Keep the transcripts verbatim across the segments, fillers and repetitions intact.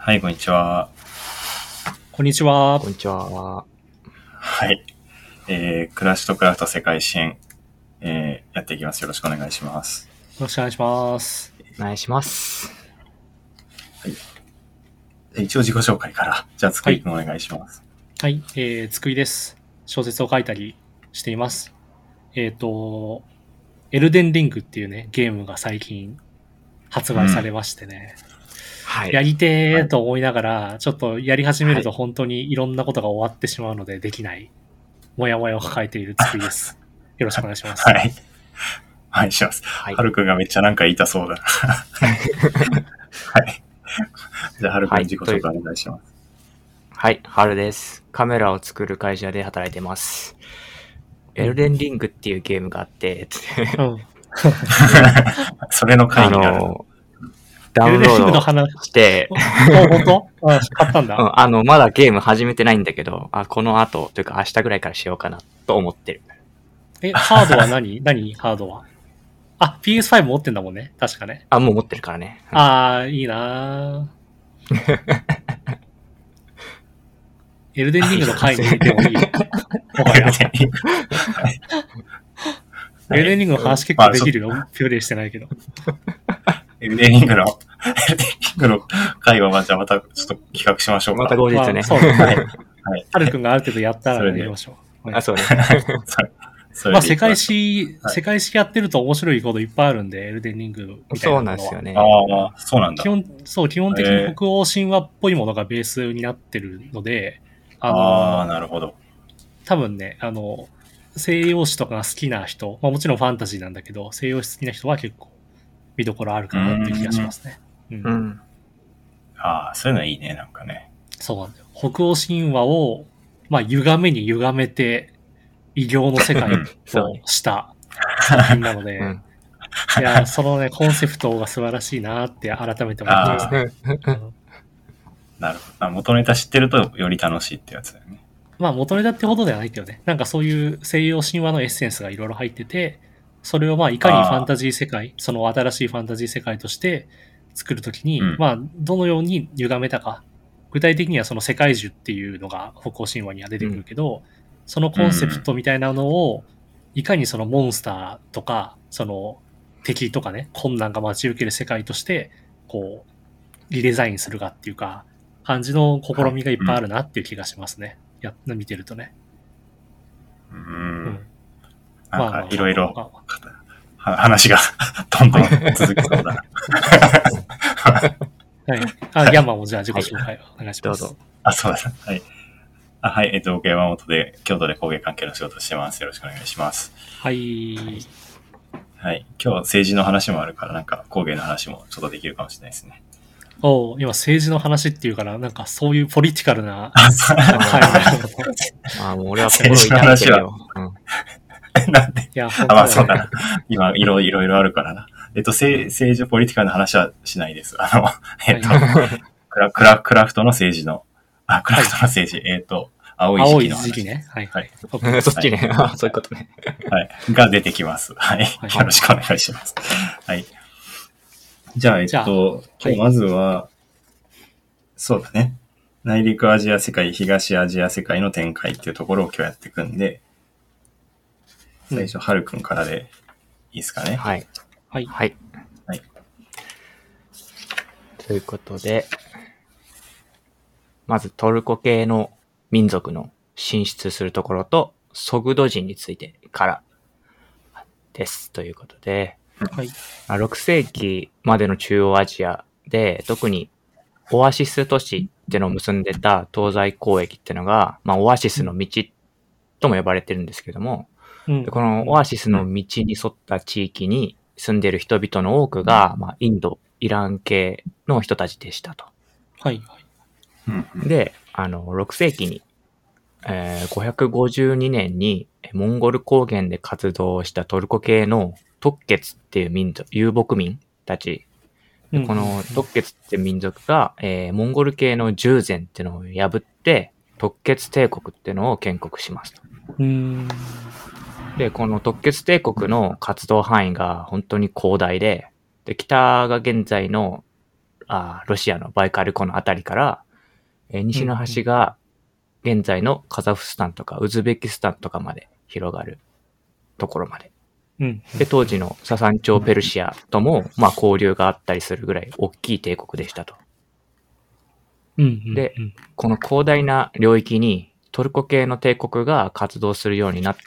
はい、こんにちは。 こんにちは。 こんにちは。 はい。えー、暮らしとクラフト世界支援、えー、やっていきます。よろしくお願いします。 よろしくお願いします。 お願いします。 はい。一応自己紹介から、じゃあ、つくりくんお願いします。 はい、はい、えー、つくりです。小説を書いたりしています。えっ、ー、と、エルデンリングっていうね、ゲームが最近発売されましてね。うんはい、 やりてーと思いながら、はい、ちょっとやり始めると本当にいろんなことが終わってしまうのでできない、もやもやを抱えているつくりです。よろしくお願いします。 はい。お願いします。はい、はるくんがめっちゃなんか言いたそうだ。はい。じゃあ、はるくん自己紹介お願いします。 はい、はるです。カメラを作る会社で働いてます。エルデンリングっていうゲームがあって、うん、 それの回になるの。 ダウンロードして、 本当？あ、買ったんだ。 うん、あの、まだゲーム始めてないんだけど、あ、この後、というか明日ぐらいからしようかなと思ってる。 え、ハードは何何ハードは。あ、ピーエスファイブ 持ってんだもんね。確かね。 あ、もう持ってるからね。 うん、あー、いいなーエルデンリングの回に入れてもいいよ。エルデンリングの話結構できるよ。プレイしてないけど。 エルデンリングの、エルデンリングの回はじゃあまたちょっと企画しましょうか。 また後日ね。 まあ、そうですね。はい。はるくんがある程度やったらやりましょう。 あ、そうね。 まあ世界史、はい、世界史やってると面白いこといっぱいあるんで、エルデンリングみたいなものは。 そうなんですよね。 ああ、そうなんだ。 基本、そう、基本的に北欧神話っぽいものがベースになってるので、 あの、あー、なるほど。 多分ね、あの、西洋史とかが好きな人、まあもちろんファンタジーなんだけど、西洋史好きな人は結構見どころあるかなっていう気がしますね。 うん。うん、 ああ、そういうのいいね、なんかね。 そうなんだよ。北欧神話を、まあ、歪めに歪めて、異形の世界とした作品なので、うん、いや、そのね、コンセプトが素晴らしいなって改めて思ってますね。うん、 なるほど。元ネタ知ってるとより楽しいってやつだよね。 まあ、元ネタってほどではないけどね、なんかそういう西洋神話のエッセンスがいろいろ入ってて、それをまあいかにファンタジー世界、その新しいファンタジー世界として作るときに、うん、まあどのように歪めたか、具体的にはその世界樹っていうのが北欧神話には出てくるけど、うん、そのコンセプトみたいなのをいかにそのモンスターとかその敵とかね、困難が待ち受ける世界としてこうリデザインするかっていうか感じの試みがいっぱいあるなっていう気がしますね。はい、や見てるとね。 うん。うんなんかいろいろ話がどんどん続きそうだな。 はい。あ、ヤンマもじゃあ自己紹介をお願いします。 どうぞ。 あ、そうだ。はい。あ、はい。えっと、僕山本で京都で工芸関係の仕事をしてます。よろしくお願いします。 はい。 はい。今日政治の話もあるから、なんか工芸の話もちょっとできるかもしれないですね。 おう、今政治の話っていうから、なんかそういうポリティカルな。 あ、そうなんだ。 あ、もう俺は心痛めてるよ。 なんでいや、あ、まあそうだな。今、いろいろいろあるからな。えっと、政治、ポリティカルな話はしないです。あの、えっと、はいクラ、クラ、クラフトの政治の、あ、クラフトの政治、はい、えっと、青い時期の話。 青い時期ね。はい。 はい。そっちね。はい、そういうことね。 はい。が出てきます。はい。はい、よろしくお願いします。はい。じゃあ、えっと、今日まずは、はい、そうだね。内陸アジア世界、東アジア世界の展開っていうところを今日やっていくんで、最初、はるくんからでいいですかね。 はい。 はい。 はい。 はい。 ということで、まずトルコ系の民族の進出するところと、ソグド人についてからです。ということで、 はい。 ろく世紀までの中央アジアで、特にオアシス都市ってのを結んでた東西交易ってのが、まあ、オアシスの道とも呼ばれてるんですけども、 うん、 このオアシスの道に沿った地域に住んでいる人々の多くが、まあ、インド、イラン系の人たちでしたと。 はい。 で、あの、ろく世紀に、えー、ごひゃくごじゅうにねんにモンゴル高原で活動したトルコ系のトッケツっていう民族、遊牧民たち。このトッケツって民族が、えー、モンゴル系の従前っていうのを破って、トッケツ帝国っていうのを建国しますと。 うーんで、この特決帝国の活動範囲が本当に広大で、で、北が現在のあロシアのバイカル湖のあたりから、えー、西の端が現在のカザフスタンとかウズベキスタンとかまで広がるところまで。 うん、 で、当時のササン朝ペルシアとも、まあ、交流があったりするぐらい大きい帝国でしたと。 うん、 で、この広大な領域にトルコ系の帝国が活動するようになって、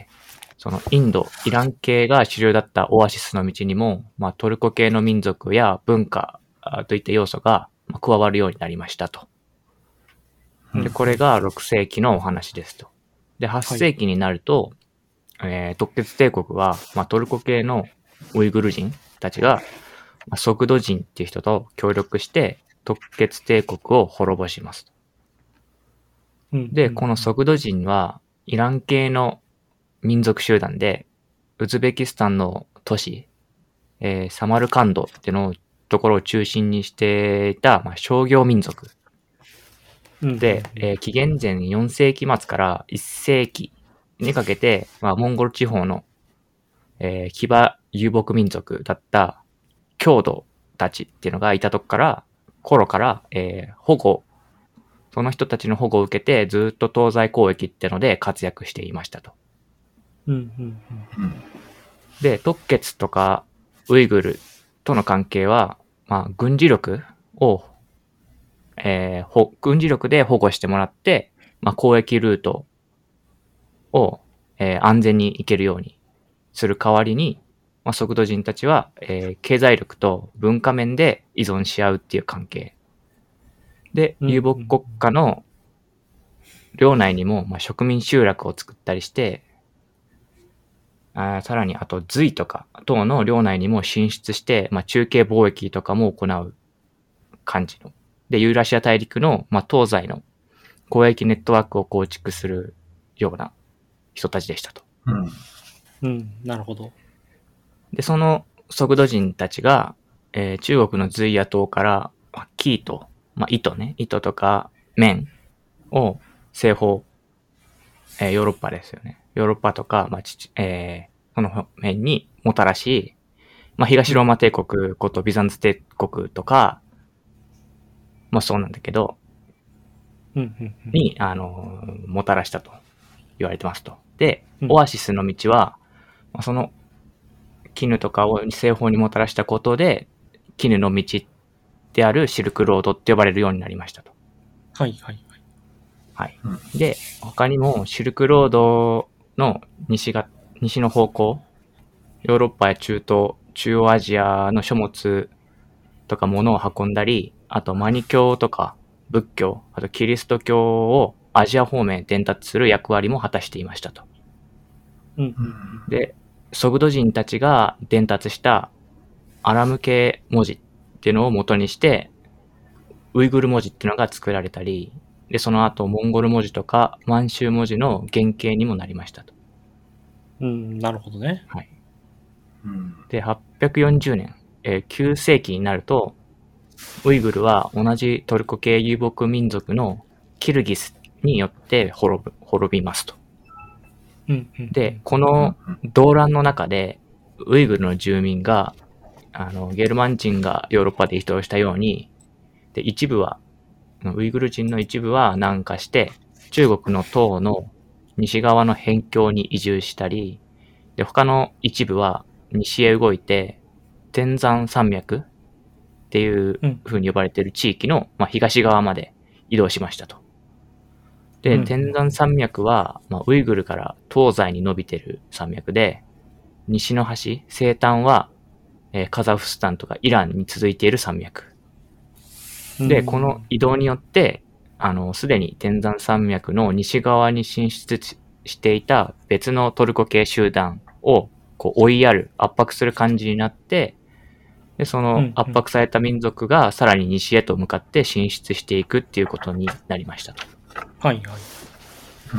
そのインド、イラン系が主流だったオアシスの道にも、まあ、トルコ系の民族や文化といった要素が加わるようになりましたと。で、これがろくせいきのお話ですと。で、はっせいきになると、はい、えー、特決帝国は、まあ、トルコ系のウイグル人たちが、まあ、ソグド人っていう人と協力して、特決帝国を滅ぼします。で、このソグド人は、イラン系の民族集団で、ウズベキスタンの都市、えー、サマルカンドっていうのをところを中心にしていた、まあ、商業民族。で、えー、紀元前よんせいき末からいっせいきにかけて、まあ、モンゴル地方の、えー、騎馬遊牧民族だった匈奴たちっていうのがいたとこから、頃から、えー、保護、その人たちの保護を受けてずっと東西交易っていうので活躍していましたと。 うんうんうん、 で、特決とかウイグルとの関係は、まあ、軍事力を、えー、ほ軍事力で保護してもらって、まあ、交易ルートを、えー、安全に行けるようにする代わりに、まあ、ソグド人たちは、えー、経済力と文化面で依存し合うっていう関係。で、遊牧国家の領内にも、まあ、植民集落を作ったりして、あさらにあと隋とか等の領内にも進出して、まあ、中継貿易とかも行う感じの。で、ユーラシア大陸の、まあ、東西の交易ネットワークを構築するような人たちでしたと。 うん。うん、なるほど。 で、そのソグド人たちが、えー、中国の隋や唐から、まあ、生糸、まあ、糸ね、糸とか綿を西方、えー、ヨーロッパですよね。ヨーロッパとか、まあちえー、その面にもたらし、まあ、東ローマ帝国ことビザンツ帝国とかもそうなんだけど、 うんうんうん、 に、あの、もたらしたと言われてますと。で、オアシスの道は、まあ、その絹とかを西方にもたらしたことで、絹の道であるシルクロードって呼ばれるようになりましたと。 はいはいはい。 はい。うん、で、他にもシルクロードの西が、西の方向、ヨーロッパや中東、中央アジアの書物とか物を運んだり、あとマニ教とか仏教、あとキリスト教をアジア方面へ伝達する役割も果たしていましたと。 うんうん、 で、ソグド人たちが伝達したアラム系文字っていうのを元にして、ウイグル文字っていうのが作られたり、で、その後モンゴル文字とか満州文字の原型にもなりましたと。 うん、なるほどね。 はい。で、はっぴゃくよんじゅうねん、えー、きゅうせいきになると、ウイグルは同じトルコ系遊牧民族のキルギスによって滅ぶ、滅びますと。 うんうん、 で、この動乱の中で、ウイグルの住民が、あの、ゲルマン人がヨーロッパで移動したように、で、一部は、ウイグル人の一部は南下して、中国の東の西側の辺境に移住したり、で、他の一部は西へ動いて、天山山脈っていう風に呼ばれている地域の、まあ、東側まで移動しましたと。で、天山山脈は、まあ、ウイグルから東西に伸びている山脈で、西の端、西端は、えー、カザフスタンとかイランに続いている山脈。で、この移動によって、あの、すでに天山山脈の西側に進出していた別のトルコ系集団をこう追いやる、圧迫する感じになって、で、その圧迫された民族がさらに西へと向かって進出していくっていうことになりましたと。 はいはい。 うん、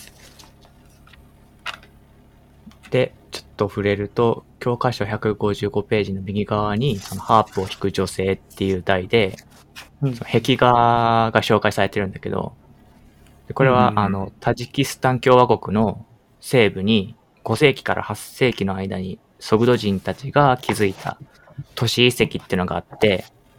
で、ちょっと触れると、教科書ひゃくごじゅうごページの右側に、そのハープを弾く女性っていう題で、うん、その壁画が紹介されてるんだけど、これは、うん、あの、タジキスタン共和国の西部にごせいきからはっせいきの間にソグド人たちが築いた都市遺跡っていうのがあって、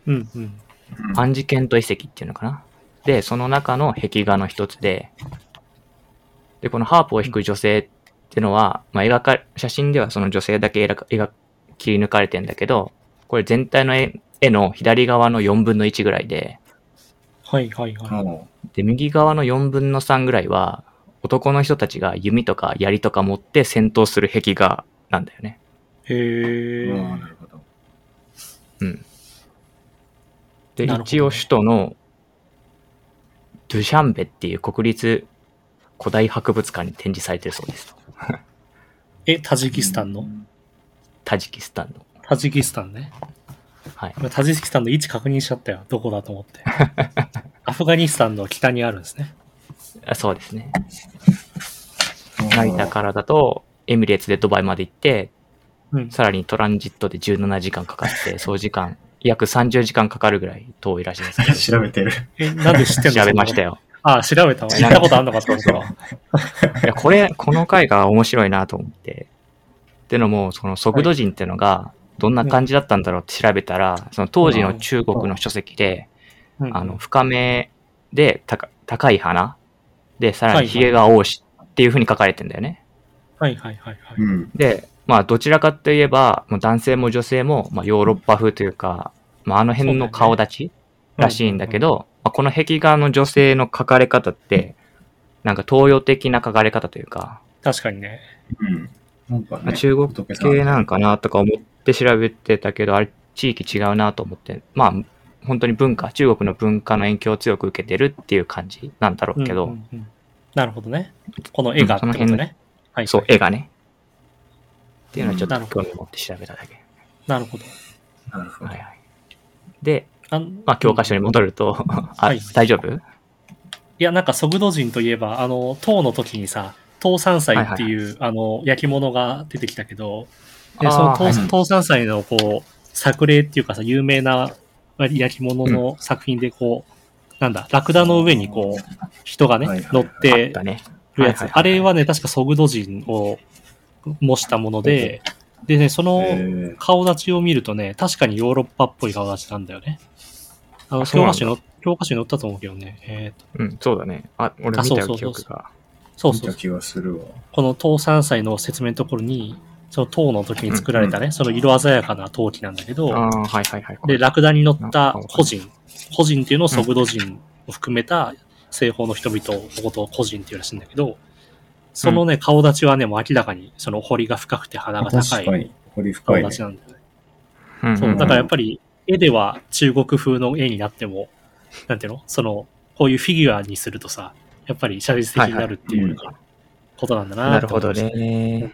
うんうん。 アンジケント遺跡っていうのかな。で、その中の壁画の一つで、で、このハープを弾く女性っていうのは、まあ、描か、写真ではその女性だけ描描切り抜かれてんだけど、これ全体の絵絵の左側のよんぶんのいちぐらいで、 はいはいはで、右側のよんぶんのさんぐらいは、男の人たちが弓とか槍とか持って戦闘する壁画なんだよね。 い。へえ。 ああ、なるほど。 うん。で、 なるほどね一応首都のドゥシャンベっていう国立古代博物館に展示されてるそうです。 え、タジキスタンのタジキスタンの。 タジキスタンね。 はい。 今タジキスタンの位置確認しちゃったよ。どこだと思って。アフガニスタンの北にあるんですね。 あそうですね。成田からだと、エミレーツでドバイまで行って、 うん。 さらにトランジットでじゅうななじかんかかって、総時間、約さんじゅうじかんかかるぐらい遠いらしいんですけど。 調べてる。 え、なんで知ってんの調べましたよ。 ああ、調べたわ。行ったことあんのかと思ったわ。 いや、これ、この回が面白いなと思って。ってのも、その速度人っていうのが、どんな感じだったんだろうって調べたら、その当時の中国の書籍で、 うんあの、深めで高高い花で、さらに髭が多しっていう風に書かれてんだよね。 はいはいはいはい。 うん。 で、まあ、どちらかといえば、もう男性も女性も、まあ、ヨーロッパ風というか、まあ、あの辺の顔立ちらしいんだけど、まあ、この壁画の女性の描かれ方って、なんか東洋的な描かれ方というか、 確かにね。 うん。なんかね、 中国系なんかなとか思って調べてたけど、あれ地域違うなと思って、まあ、本当に文化、中国の文化の影響を強く受けてるっていう感じなんだろうけど、 うんうんうん、なるほどね。この絵がってことね。 うん、 はい、はい。 そう、絵がね。っていうのはちょっと興味持って調べただけ。 なるほど。 なるほど。 はいはい。で、 あまあ、教科書に戻ると、あ、はい、大丈夫？ いや、なんか、ソグド人といえば、あの、唐の時にさ、唐三彩っていう、はいはい、あの、焼き物が出てきたけど、でその唐、はい、唐三彩の、こう、作例っていうかさ、有名な焼き物の作品で、こう、うん、なんだ、ラクダの上に、こう、人がね、はいはいはい、乗ってるやつ。あ, ね、あれはね、確かソグド人を模したもので、でね、その顔立ちを見るとね、確かにヨーロッパっぽい顔立ちなんだよね。あの、教科書の、教科書に載ったと思うけどね。えーとうん、そうだね。あ、俺見た記憶が。 そうそうそう。見た気がするわ。 この唐三彩の説明のところに、その唐の時に作られたね、うんうん、その色鮮やかな陶器なんだけど、 あはいはいはい、 で、ラクダに乗った個人、個人っていうのをソグド人を含めた西方の人々のことを個人っていうらしいんだけど、そのね、うん、顔立ちはね、もう明らかにその彫りが深くて鼻が高い顔立ちなんだよね。 うんうんうん、 そう、だからやっぱり絵では中国風の絵になっても、なんていうのその、こういうフィギュアにするとさ、やっぱり写実的になるっていうことなんだなって思いました、ね。 なるほどね。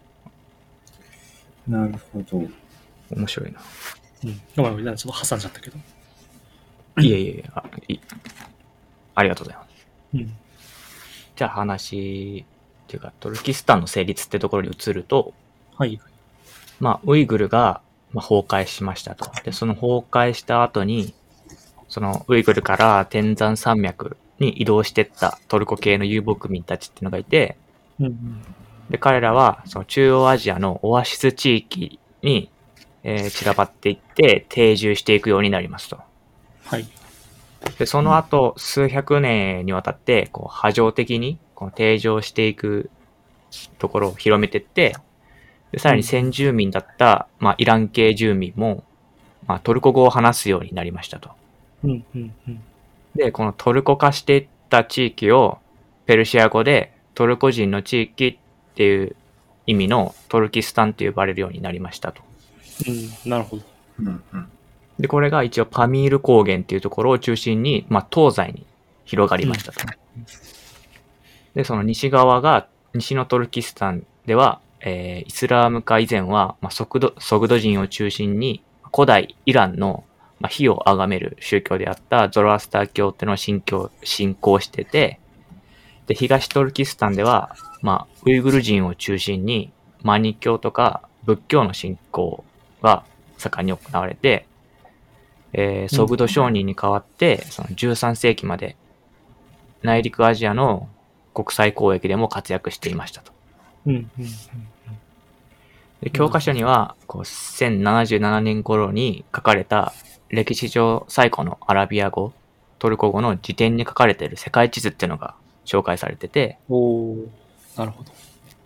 なるほど。 面白いな。 うん。ごめんごめん、ちょっと挟んじゃったけど。 いえいえ、あ、いい。ありがとうございます。 うん。 じゃあ話、っていうか、トルキスタンの成立ってところに移ると、 はい。 まあ、ウイグルが、まあ、崩壊しましたと。で、その崩壊した後に、そのウイグルから天山山脈に移動してったトルコ系の遊牧民たちっていうのがいて、 うんうん、 で、彼らは、その中央アジアのオアシス地域に、えー、散らばっていって定住していくようになりますと。 はい。 で、その後、数百年にわたって、こう、波状的に、この定住していくところを広めていって、で、さらに先住民だった、まあ、イラン系住民も、まあ、トルコ語を話すようになりましたと。 うんうんうん、 で、このトルコ化していった地域を、ペルシア語でトルコ人の地域っていう意味のトルキスタンと呼ばれるようになりましたと。 うん、なるほど。 うんうん、 で、これが一応パミール高原っていうところを中心に、まあ、東西に広がりましたと。うん、で、その西側が、西のトルキスタンでは、えー、イスラーム化以前は、まあ、ソグド、ソグド人を中心に、古代イランの、まあ、火を崇める宗教であったゾロアスター教っていうのを信教、信仰してて、で、東トルキスタンでは、まあ、ウイグル人を中心に、マニ教とか仏教の信仰が盛んに行われて、えー、ソグド商人に代わって、そのじゅうさんせいきまで内陸アジアの国際交易でも活躍していましたと。 うんうんうんうん、 で教科書にはこうせんななじゅうななねん頃に書かれた歴史上最古のアラビア語、トルコ語の辞典に書かれている世界地図っていうのが紹介されてて、 おー、なるほど。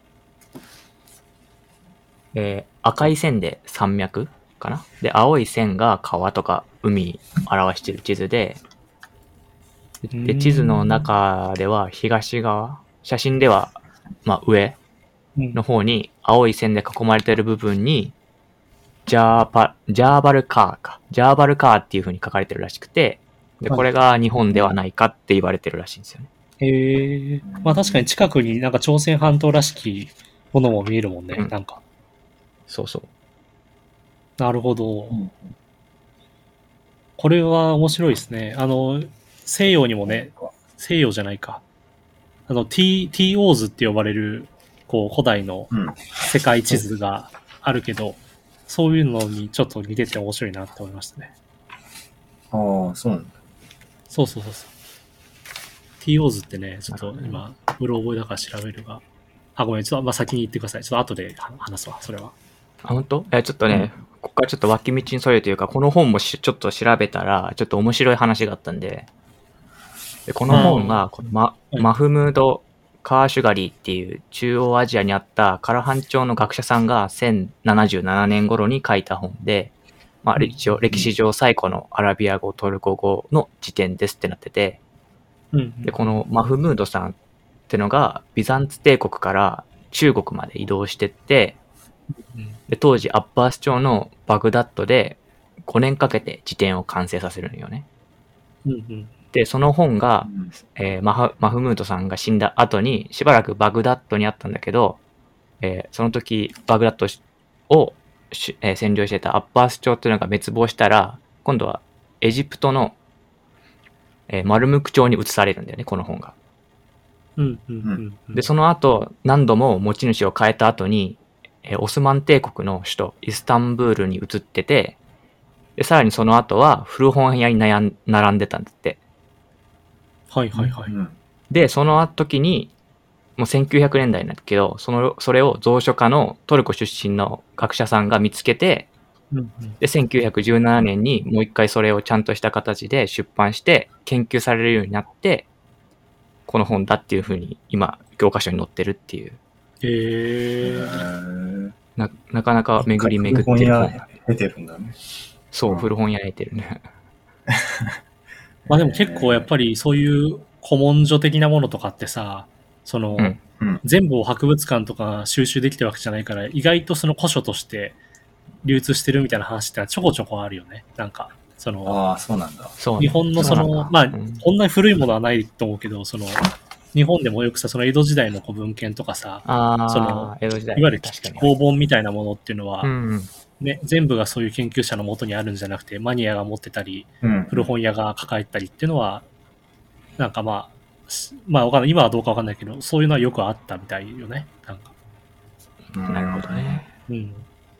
えー赤い線で山脈かな。で、青い線が川とか海表している地図で、で、地図の中では東側、写真では、まあ上の方に青い線で囲まれている部分に、ジャーパ、ジャーバルカーか。ジャーバルカーっていう風に書かれてるらしくて、で、これが日本ではないかって言われてるらしいんですよね。 へえ。まあ確かに近くになんか朝鮮半島らしきものも見えるもんね、 うんなんか。 そうそう。 なるほど。 うんこれは面白いですね。あの、西洋にもね、西洋じゃないか。あの、T、T オーズって呼ばれる、こう、古代のうん。 世界地図があるけど、そういうのにちょっと似てて面白いなって思いましたね。 ああ、そうなんだ。 そうそうそうそう。T オーズってね、ちょっと今、うろ覚えだから調べるが。あ、ごめん、ちょっと、まあ、先に言ってください。ちょっと後で話すわ、それは。 あ、本当？え、ちょっとね、ここからちょっと脇道にそれるというか、この本もしちょっと調べたら、ちょっと面白い話があったんで、でこの本が、このマ、 はいマフムード・カーシュガリーっていう中央アジアにあったカラハン朝の学者さんがせんななじゅうななねん頃に書いた本で、まあ、歴史上歴史上最古のアラビア語、トルコ語の辞典ですってなってて、 うん。 で、このマフムードさんってのがビザンツ帝国から中国まで移動してって、 うんで当時アッバース朝のバグダッドでごねんかけて辞典を完成させるのよね。 うんうんで、その本が、 うんえーマハマフムードさんが死んだ後にしばらくバグダッドにあったんだけど、えーその時バグダッドを、えー占領してたアッバース朝っていうのが滅亡したら、今度はエジプトの、えーマルムク朝に移されるんだよね、この本が。 うんうんうん。 で、その後、何度も持ち主を変えた後に、えーオスマン帝国の首都イスタンブールに移ってて、で、さらにその後は古本屋に悩ん並んでたんだって。 はいはいはい。 うんで、その時に、もうせんきゅうひゃくねんだいなんだけど、その、それを蔵書家のトルコ出身の学者さんが見つけて、 うんうんで、せんきゅうひゃくじゅうななねんにもう一回それをちゃんとした形で出版して研究されるようになって、この本だっていうふうに今、教科書に載ってるっていう、 へえ。 な、なかなか巡り巡ってる本。 古本屋出てるんだね。 そうう、 ん古本屋出てるね。 まあでも結構やっぱりそういう古文書的なものとかってさ、その、 うんうん。 全部を博物館とか収集できてるわけじゃないから、意外とその古書として流通してるみたいな話ってのはちょこちょこあるよね。なんか、その、 ああ、そうなんだ。 そうね。 日本のその、 そうなんだまあ、 うんこんなに古いものはないと思うけど、その、日本でもよくさ、その江戸時代の古文献とかさ、 あそのあ、江戸時代、 いわゆる確かに。 工本みたいなものっていうのは、 うんうん。 ね、全部がそういう研究者のもとにあるんじゃなくて、マニアが持ってたり、 うん。 古本屋が抱えたりっていうのは、なんかまあ、しまあわかんない、今はどうかわかんないけど、そういうのはよくあったみたいよね。なんか。 うんなるほどね。 うん。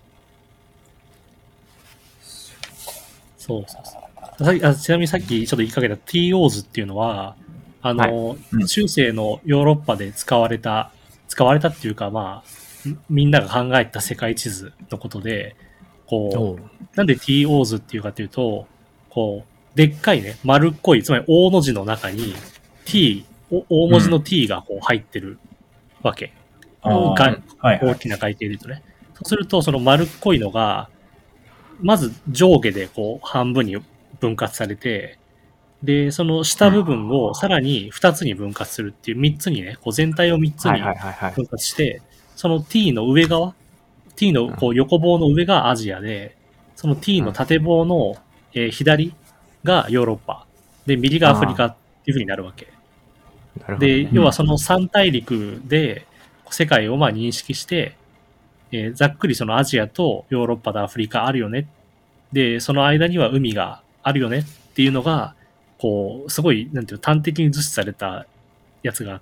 そうそうそう。さっきあちなみにさっきちょっと言いかけた T オーズっていうのは、あの、 うん中世のヨーロッパで使われた、使われたっていうか、まあ、みみんなが考えた世界地図のことで、こおうう、なんで T オーズっていうかというと、こう、でっかいね、丸っこい、つまり大の字の中に T、お大文字の T がこう入ってるわけ。 ああ、 がはいはい大。きな海底で言うとね。そうすると、その丸っこいのが、まず上下でこう半分に分割されて、で、その下部分をさらにふたつに分割するっていうみっつにね、こう全体をみっつにはいはいはいはい。 分割して、その T の上側、T のこう横棒の上がアジアで、その T の縦棒の、えー左がヨーロッパ、で、右がアフリカっていう風になるわけ。 なるほどでね、 要はその三大陸で世界をまあ認識して、えーざっくりそのアジアとヨーロッパとアフリカあるよね。で、その間には海があるよねっていうのが、こう、すごい、なんていうの、端的に図示されたやつがあって、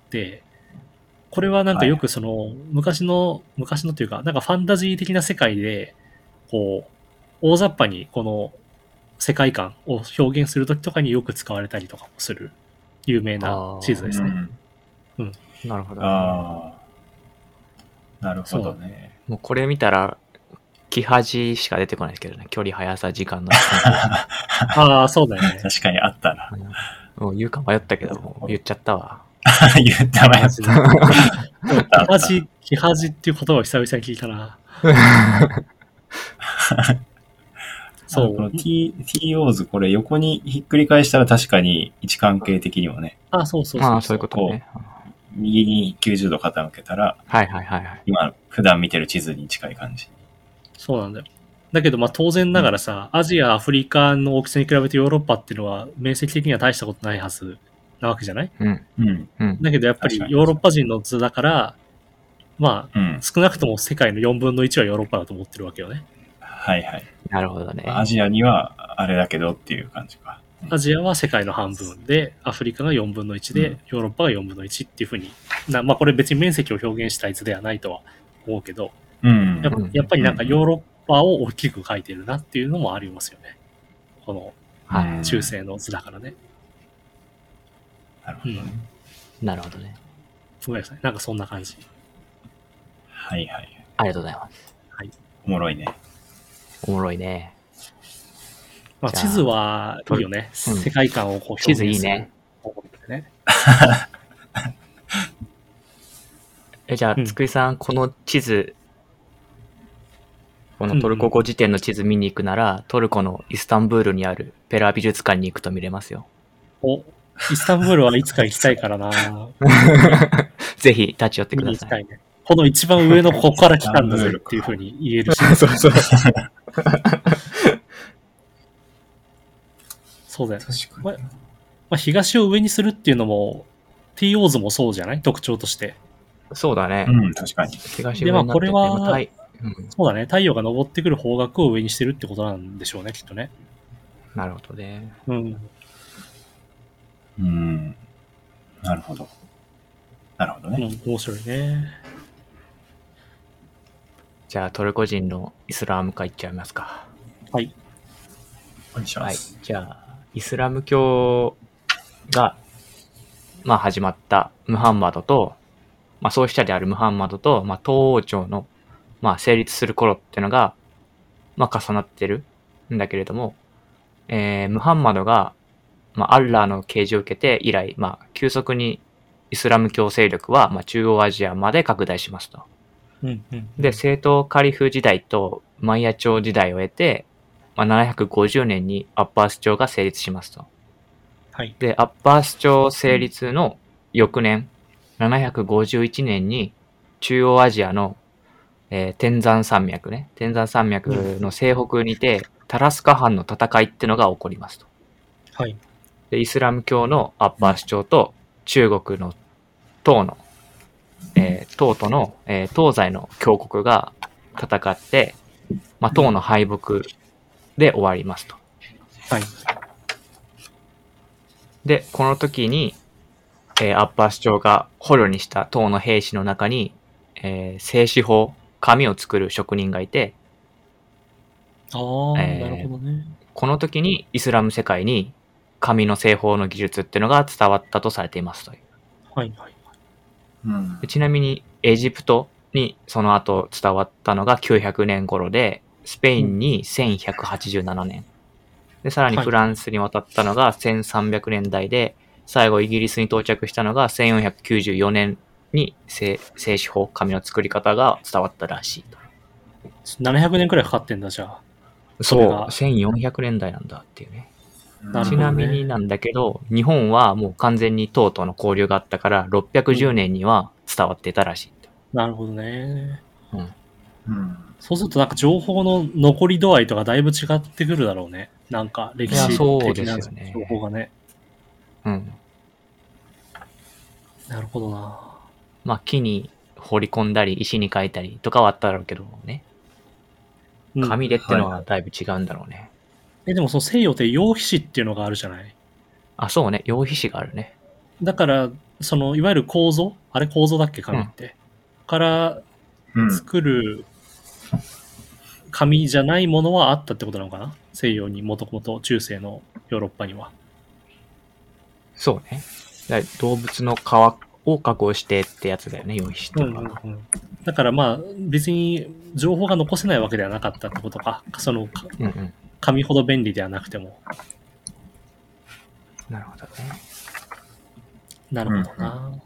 これはなんかよくその、昔の、昔のというか、なんかファンタジー的な世界で、こう、大雑把にこの世界観を表現するときとかによく使われたりとかもする有名な地図ですね。 うんなるほど、ね。 ああ、なるほどね。 もうこれ見たら、 キハジしか出てこないですけどね。距離、速さ、時間の。 ああ、そうだよね。 確かにあったな。 もう言うか迷ったけど、もう言っちゃったわ。 言ったわよ。 キハジ、キハジっていう言葉を久々に聞いたな。 そう。この T、T オーズこれ横にひっくり返したら確かに位置関係的にもね。 あ、そうそうそう。 まあそういうことね。 右にきゅうじゅうど傾けたら、 はいはいはい、はい。 今、普段見てる地図に近い感じ。 そうなんだよ。だけどまあ当然ながらさ、うん、アジア、アフリカの大きさに比べてヨーロッパっていうのは面積的には大したことないはずなわけじゃない？ うん。うん。 だけどやっぱりヨーロッパ人の図だから、まあ、うん、少なくとも世界のよんぶんのいちはヨーロッパだと思ってるわけよね。 はいはい。 なるほどね。 アジアにはあれだけどっていう感じか。 アジアは世界の半分で、アフリカがよんぶんのいちで、うん、ヨーロッパがよんぶんのいちっていうふうにな、まあこれ別に面積を表現した図ではないとは思うけど、 うんやっぱ、やっぱりなんかヨーロッパを大きく書いてるなっていうのもありますよね。この中世の図だからね。 なるほどね。 うん、なるほどね。 ごめんなさい。なんかそんな感じ。 はいはい。 ありがとうございます。 はい。 おもろいね。 おもろいね。 まあ、地図はいいよね。うん、世界観をこう表現する。 地図いいね。 ねえ、じゃあ、つくりさん、この地図、このトルコ語辞典の地図見に行くなら、うんうん、トルコのイスタンブールにあるペラ美術館に行くと見れますよ。 お、イスタンブールはいつか行きたいからなぜひ立ち寄ってください。 見に行きたいね。この一番上のここから来たんだぜっていう風に言えるし。そうそう。そうだよ。確かに。ま、まあ、東を上にするっていうのも、T オーズもそうじゃない？特徴として。 そうだね。 うん、確かに。 東上になってて、で、まあこれは、 うん、 そうだね。太陽が昇ってくる方角を上にしてるってことなんでしょうね、きっとね。 なるほどね。 うん。 うん。なるほど。なるほどね。 うん、面白いね。 じゃあトルコ人のイスラーム化いっちゃいますか。 はい。 お願いします。 はい。じゃあ、イスラム教が、まあ始まったムハンマドと、まあ創始者であるムハンマドと、まあ東王朝の、まあ成立する頃っていうのが、まあ重なってるんだけれども、えー、ムハンマドが、まあアッラーの啓示を受けて以来、まあ急速にイスラム教勢力は、まあ中央アジアまで拡大しますと。 うんうん、 で、正統カリフ時代とマイヤ朝時代を経て、まあ、ななひゃくごじゅうねんにアッバース朝が成立しますと。 はい。 で、アッバース朝成立の翌年、ななひゃくごじゅういちねんに中央アジアの、えー、天山山脈ね、天山山脈の西北にて、タラスカ藩の戦いってのが起こりますと。 はい。 で、イスラム教のアッバース朝と中国の唐のえー、唐との、えー、東西の強国が戦って、まあ、唐の敗北で終わりますと。 はい。 で、この時に、えー、アッバース朝が捕虜にした唐の兵士の中に、えー、製紙法、紙を作る職人がいて、 ああ、えー、なるほどね。 この時にイスラム世界に紙の製法の技術っていうのが伝わったとされていますという。 はいはい。 うん、 ちなみにエジプトにその後伝わったのがきゅうひゃくねん頃で、スペインにせんひゃくはちじゅうななねん、でさらにフランスに渡ったのがせんさんびゃくねんだいで、最後イギリスに到着したのがせんよんひゃくきゅうじゅうよねんに製紙法、紙の作り方が伝わったらしいと。 ななひゃくねんくらいかかってんだ、じゃあ。 そう、せんよんひゃくねんだいなんだっていうね。 ね、 ちなみになんだけど、日本はもう完全に唐との交流があったからろっぴゃくじゅうねんには伝わってたらしい。 なるほどね。 うんうん、 そうするとなんか情報の残り度合いとかだいぶ違ってくるだろうね。なんか歴史的な情報がね。 うん。 なるほどな。 まあ木に掘り込んだり石に書いたりとかはあっただろうけどね。紙でってのはだいぶ違うんだろうね。はい、 え、でもその西洋って羊皮紙っていうのがあるじゃない？ あ、そうね。羊皮紙があるね。 だから、その、いわゆる構造あれ構造だっけ紙って、うん。から作る紙じゃないものはあったってことなのかな？西洋にもともと中世のヨーロッパには。 そうね。だ動物の皮を確保してってやつだよね、用意してるのは。 うんうんうん。だからまあ、別に情報が残せないわけではなかったってことか。その、 うんうん。 紙ほど便利ではなくても。 なるほどね。 なるほどな。 うんう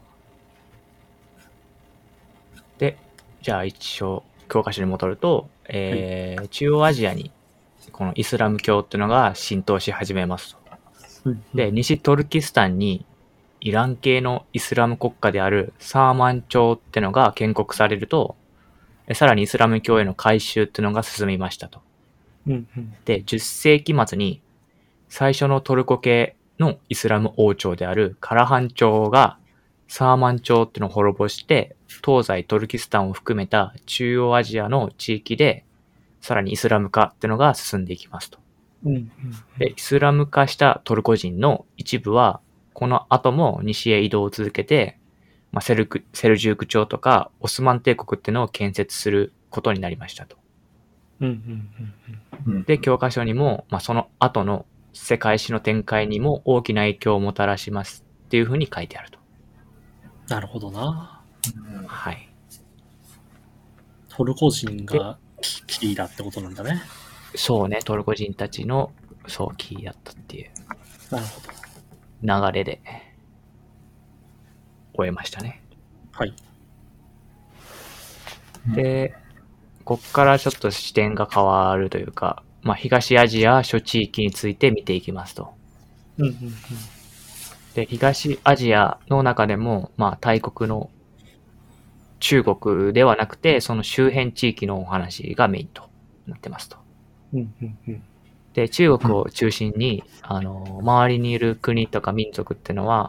で、じゃあ一応、教科書に戻ると、えー中央アジアにこのイスラム教っていうのが浸透し始めますと。 うんで、西トルキスタンにイラン系のイスラム国家であるサーマン朝ってのが建国されると、さらにイスラム教への改宗っていうのが進みましたと。 うんうんで、じゅっ世紀末に最初のトルコ系のイスラム王朝であるカラハン朝がサーマン朝っていうのを滅ぼして、東西トルキスタンを含めた中央アジアの地域でさらにイスラム化っていうのが進んでいきますと。 うんうんで、イスラム化したトルコ人の一部は、この後も西へ移動を続けて、まあ、セルク、セルジューク朝とかオスマン帝国っていうのを建設することになりましたと。 うんうんうんうん。 で、教科書にも、まあ、その後の世界史の展開にも大きな影響をもたらしますっていうふうに書いてあると。 なるほどな。 はい。 トルコ人がキキーだってことなんだね。 そうね、トルコ人たちの、そう、キーだったっていうなるほど。 流れで終えましたね。 はい。 で、こっからちょっと視点が変わるというか、まあ、東アジア諸地域について見ていきますと。 うんうんうん。 で、東アジアの中でも、まあ、大国の中国ではなくて、その周辺地域のお話がメインとなってますと。 うんうんうん。 で、中国を中心に、あの、周りにいる国とか民族っていうのは、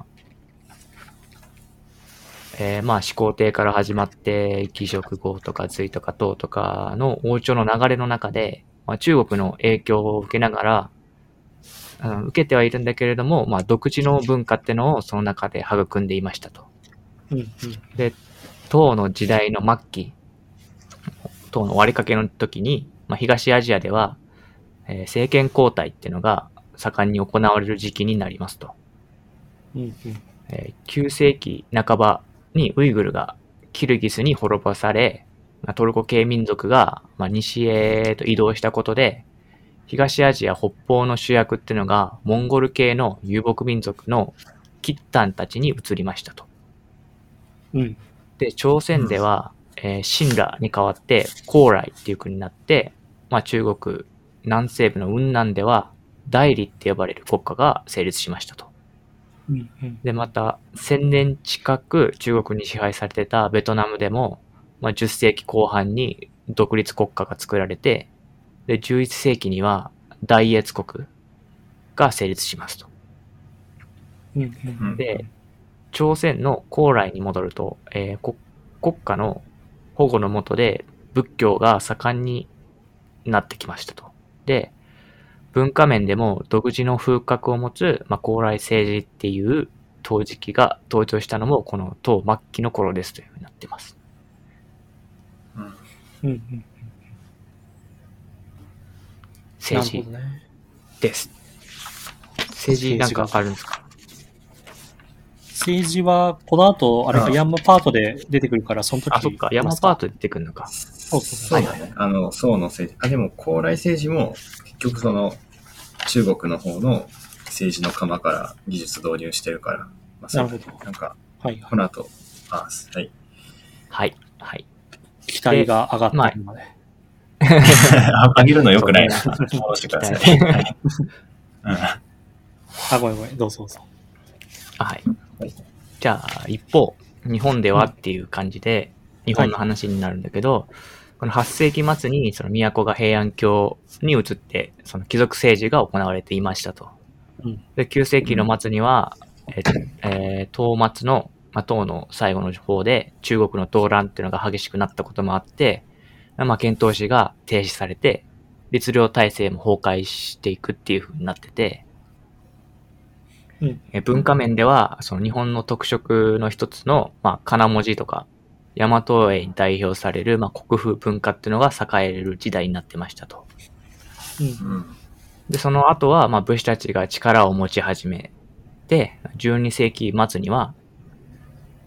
えー、まあ、始皇帝から始まって、義職号とか隋とか唐とかの王朝の流れの中で、まあ、中国の影響を受けながら、うん、受けてはいるんだけれども、まあ、独自の文化っていうのをその中で育んでいましたと。 うんうん。 で、唐の時代の末期、唐の終わりかけの時に、まあ、東アジアでは、えー政権交代っていうのが盛んに行われる時期になりますと。 うんうん。 えーきゅう世紀半ばにウイグルがキルギスに滅ぼされ、まあトルコ系民族がまあ西へと移動したことで、東アジア北方の主役っていうのがモンゴル系の遊牧民族のキッタンたちに移りましたと。 うんで、朝鮮では、えー、秦羅に代わって高麗っていう国になって、まあ中国南西部の雲南では大理って呼ばれる国家が成立しましたと。 うんうん。 で、また、せんねん近く中国に支配されてたベトナムでも、まあ、じゅっ世紀後半に独立国家が作られて、で、じゅういち世紀には大越国が成立しますと。 うんうん。 で、朝鮮の高麗に戻ると、えーこ国家の保護の下で仏教が盛んになってきましたと。で、文化面でも独自の風格を持つ、まあ、高麗政治っていう陶磁器が登場したのもこの唐末期の頃ですというふうになっています。 うんうんうん。 政治なるほどね。 です。政治なんかあるんですか？ 政治は、この後、あれか、 ああヤンマパートで出てくるから、その時。 あ、そっか。山パートで出てくるのか。 そうそうそう。 そうだね。あの、宋の政治。あ、でも、高麗政治も、結局その、中国の方の政治の釜から技術導入してるから、まあ、そうなるほどなんか、 はいはい。 この後、あ、はい。 はい。はい。 期待が上がってるまで。 あ上げるの良くないな。戻してください。 期待はいうんあ、ごめんごめん。どうぞどうぞ。 はいはい。 じゃあ、一方、日本ではっていう感じで、日本の話になるんだけど、このはっ世紀末にその都が平安京に移って、その貴族政治が行われていましたと。 うんで、きゅう世紀の末には、えーえー唐末の、まあ、唐の最後の方で中国の動乱っていうのが激しくなったこともあって、まあ、遣唐使が停止されて、律令体制も崩壊していくっていう風になってて、 うんえ文化面では、その日本の特色の一つの、まあ、仮名文字とか、大和絵に代表される、まあ、国風文化っていうのが栄える時代になってましたと。 うんうん。 で、その後は、まあ、武士たちが力を持ち始めて、じゅうに世紀末には、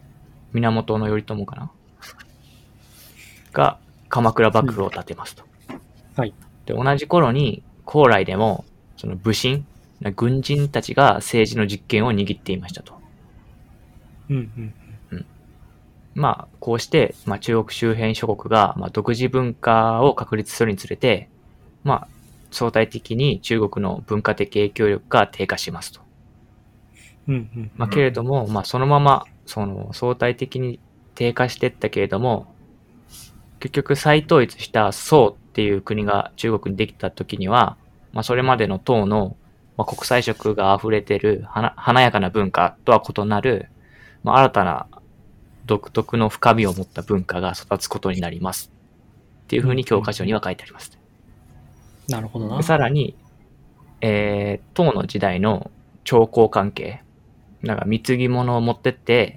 源頼朝かなが鎌倉幕府を建てますと。 うん、はい。 で、同じ頃に高麗でもその武神、軍人たちが政治の実権を握っていましたと。 うんうんうん、まあこうして、まあ、中国周辺諸国が、まあ、独自文化を確立するにつれて、まあ相対的に中国の文化的影響力が低下しますと。 うんうんまあ、けれども、まあ、そのままその相対的に低下していったけれども、結局再統一した宋っていう国が中国にできた時には、まあ、それまでの唐の、まあ、国際色が溢れてる華華やかな文化とは異なる、まあ、新たな独特の深みを持った文化が育つことになりますっていうふうに教科書には書いてあります。 うん、なるほどな。 さらに、えー、唐の時代の朝貢関係、なんか貢ぎ物を持ってって、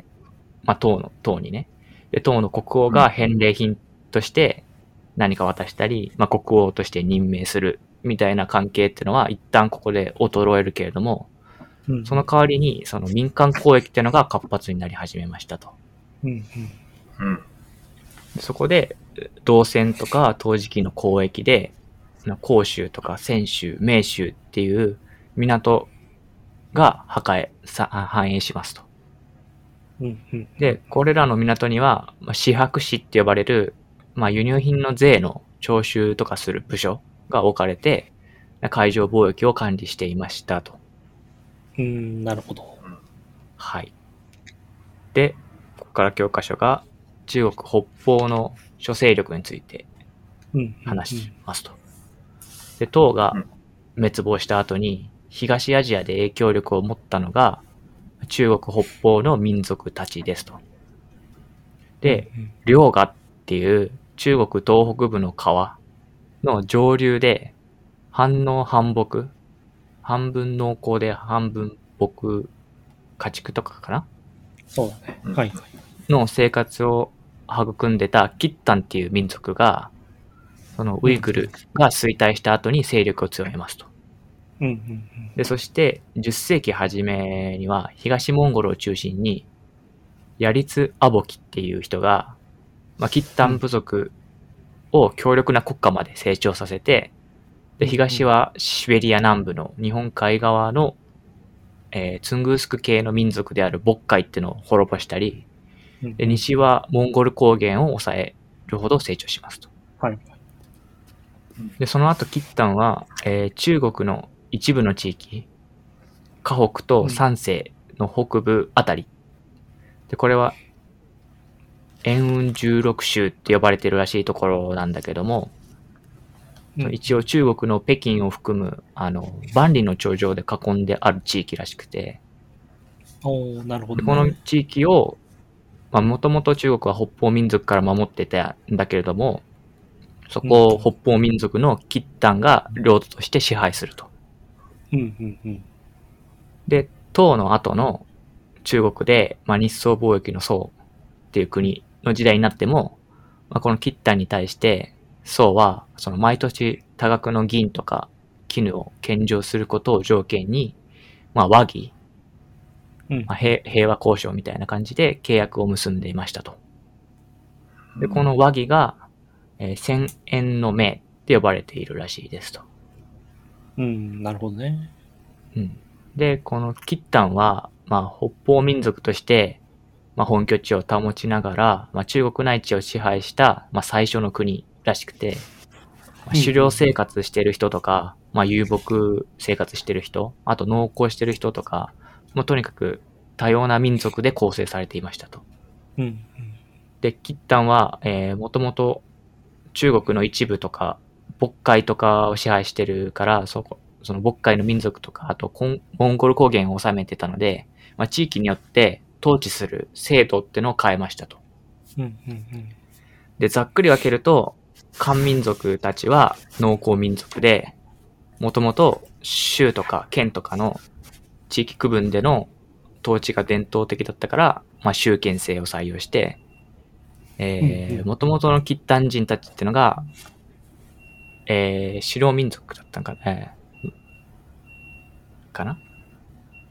まあ、唐の、唐にね。で、唐の国王が返礼品として何か渡したり、まあ、国王として任命するみたいな関係っていうのは一旦ここで衰えるけれども、うん、その代わりにその民間交易っていうのが活発になり始めましたと。うんうん、そこで、銅銭とか陶磁器の交易で、甲州とか泉州、明州っていう港が破壊、繁栄しますと。うんうん、で、これらの港には、まあ、司泊使って呼ばれる、まあ、輸入品の税の徴収とかする部署が置かれて、海上貿易を管理していましたと。 うーん、なるほど。 はい。で、ここから教科書が中国北方の諸勢力について話しますと。で、唐が滅亡した後に東アジアで影響力を持ったのが中国北方の民族たちですと。で、遼河っていう中国東北部の川の上流で半農半牧、半分農耕で半分牧、家畜とかかな？ そうだね。はい。 の生活を育んでたキッタンっていう民族が、そのウイグルが衰退した後に勢力を強めますと。うんうんうん、で、そしてじゅっ世紀初めには東モンゴルを中心にヤリツ・アボキっていう人が、まあ、キッタン部族を強力な国家まで成長させて、で、東はシベリア南部の日本海側の、えー、ツングースク系の民族であるボッカイっていうのを滅ぼしたり、で、西はモンゴル高原を抑えるほど成長しますと。はい。で、その後キッタンは、えー、中国の一部の地域、河北と山西の北部あたり、で、これは延雲じゅうろく州って呼ばれてるらしいところなんだけども、うん、一応中国の北京を含むあの万里の長城で囲んである地域らしくて、 お、なるほど、ね、 この地域をもともと中国は北方民族から守ってたんだけれども、そこを北方民族のキッタンが領土として支配すると。うんうんうん、で、唐の後の中国で、まあ、日宋貿易の宋っていう国の時代になっても、まあ、このキッタンに対して宋はその毎年多額の銀とか絹を献上することを条件に、まあ、和議、うんまあ、平, 平和交渉みたいな感じで契約を結んでいましたと。で、この和議が、えー、千円の銘って呼ばれているらしいですと。 うん、なるほどね。 うん。で、このキッタンは、まあ、北方民族として、まあ、本拠地を保ちながら、まあ、中国内地を支配した、まあ、最初の国らしくて、まあ、狩猟生活してる人とか、うん、まあ、遊牧生活してる人、あと農耕してる人とか、もうとにかく多様な民族で構成されていましたと。うんうん、で、キッタンは、えー、もともと中国の一部とか、渤海とかを支配してるから、そこ、その渤海の民族とか、あとモンゴル高原を治めてたので、まあ、地域によって統治する制度ってのを変えましたと。うんうんうん、で、ざっくり分けると、漢民族たちは農耕民族で、もともと州とか県とかの地域区分での統治が伝統的だったから、まあ、州県制を採用して、えー、もともとのキッタン人たちっていうのが、えー、狩猟民族だったんか、えー、かな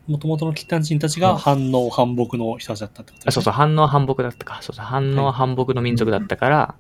もともとのキッタン人たちが反応反北の人たちだったってことですね。 そうそう、反応反北だったか。そうそう、反応反北の民族だったから、はい、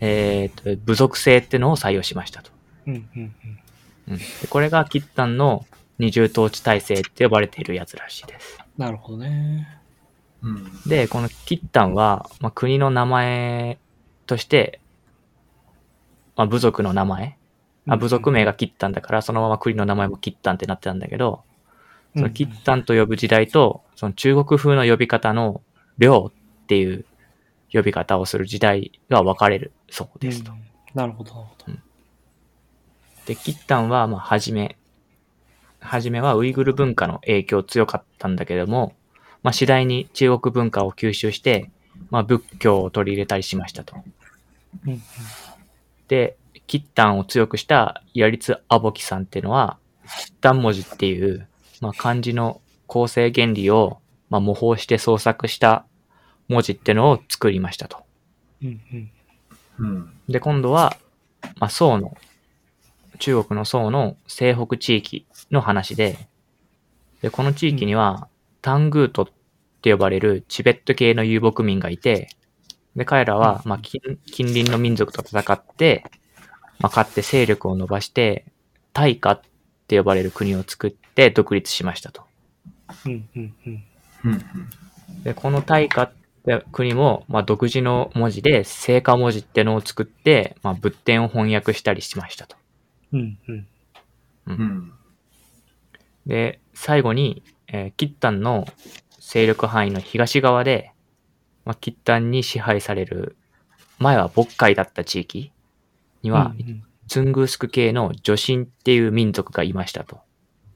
えっと、部族制ってのを採用しましたと。 うんうんうん。 うん、でこれがキッタンの二重統治体制って呼ばれているやつらしいです。 なるほどね。 うん、 で、このキッタンは、まあ、国の名前として、まあ、部族の名前、あ部族名がキッタンだから、そのまま国の名前もキッタンってなってたんだけど、そのキッタンと呼ぶ時代と、その中国風の呼び方の領っていう呼び方をする時代が分かれるそうですと。 うん、なるほど、なるほど。 うん、で、キッタンは、まあ、はじめ、はじめはウイグル文化の影響強かったんだけども、まあ、次第に中国文化を吸収して、まあ、仏教を取り入れたりしましたと。 うんうん、 で、キッタンを強くしたヤリツ・アボキさんっていうのは、キッタン文字っていう、まあ、漢字の構成原理を、まあ、模倣して創作した文字っていうのを作りましたと。 うんうんうん、 で、今度は、まあ、宋の、中国の宋の西北地域の話で、で、この地域には、タングートって呼ばれるチベット系の遊牧民がいて、で、彼らは、まあ、近隣の民族と戦って、まあ、勝って勢力を伸ばして、大化って呼ばれる国を作って独立しましたと。 うんうんうんうん、 で、この大化って国も、まあ、独自の文字で、聖化文字ってのを作って、まあ、仏典を翻訳したりしましたと。 うんうんうんうん、 で、最後に、えー、キッタンの勢力範囲の東側で、まあ、キッタンに支配される、前は渤海だった地域には、 うんうん、 ツングースク系の女神っていう民族がいましたと。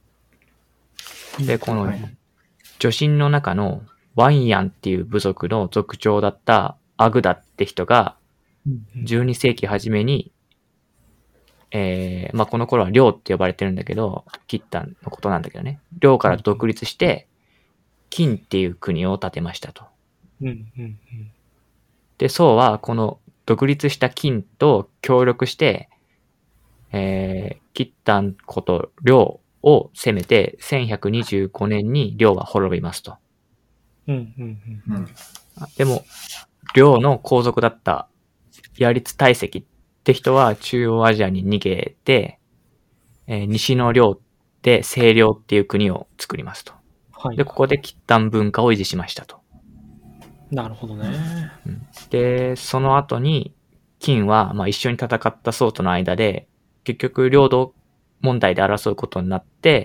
で、この女神の中のワンヤンっていう部族の族長だったアグダって人が、じゅうに世紀初めに、えー、まあ、この頃は領って呼ばれてるんだけど、キッタンのことなんだけどね。領から独立して、金っていう国を建てましたと。 うんうんうん、 で、宋はこの独立した金と協力して、えー、キッタンこと領を攻めて、せんひゃくにじゅうごねんに領は滅びますと。 うんうんうんうん、 でも、領の皇族だったヤリツ大石って人は中央アジアに逃げて、えー、西の領で西領っていう国を作りますと。 はい、 で、ここでキッタン文化を維持しましたと。 なるほどね。 うん、で、その後に、金は、まあ、一緒に戦った宋との間で、結局領土問題で争うことになって、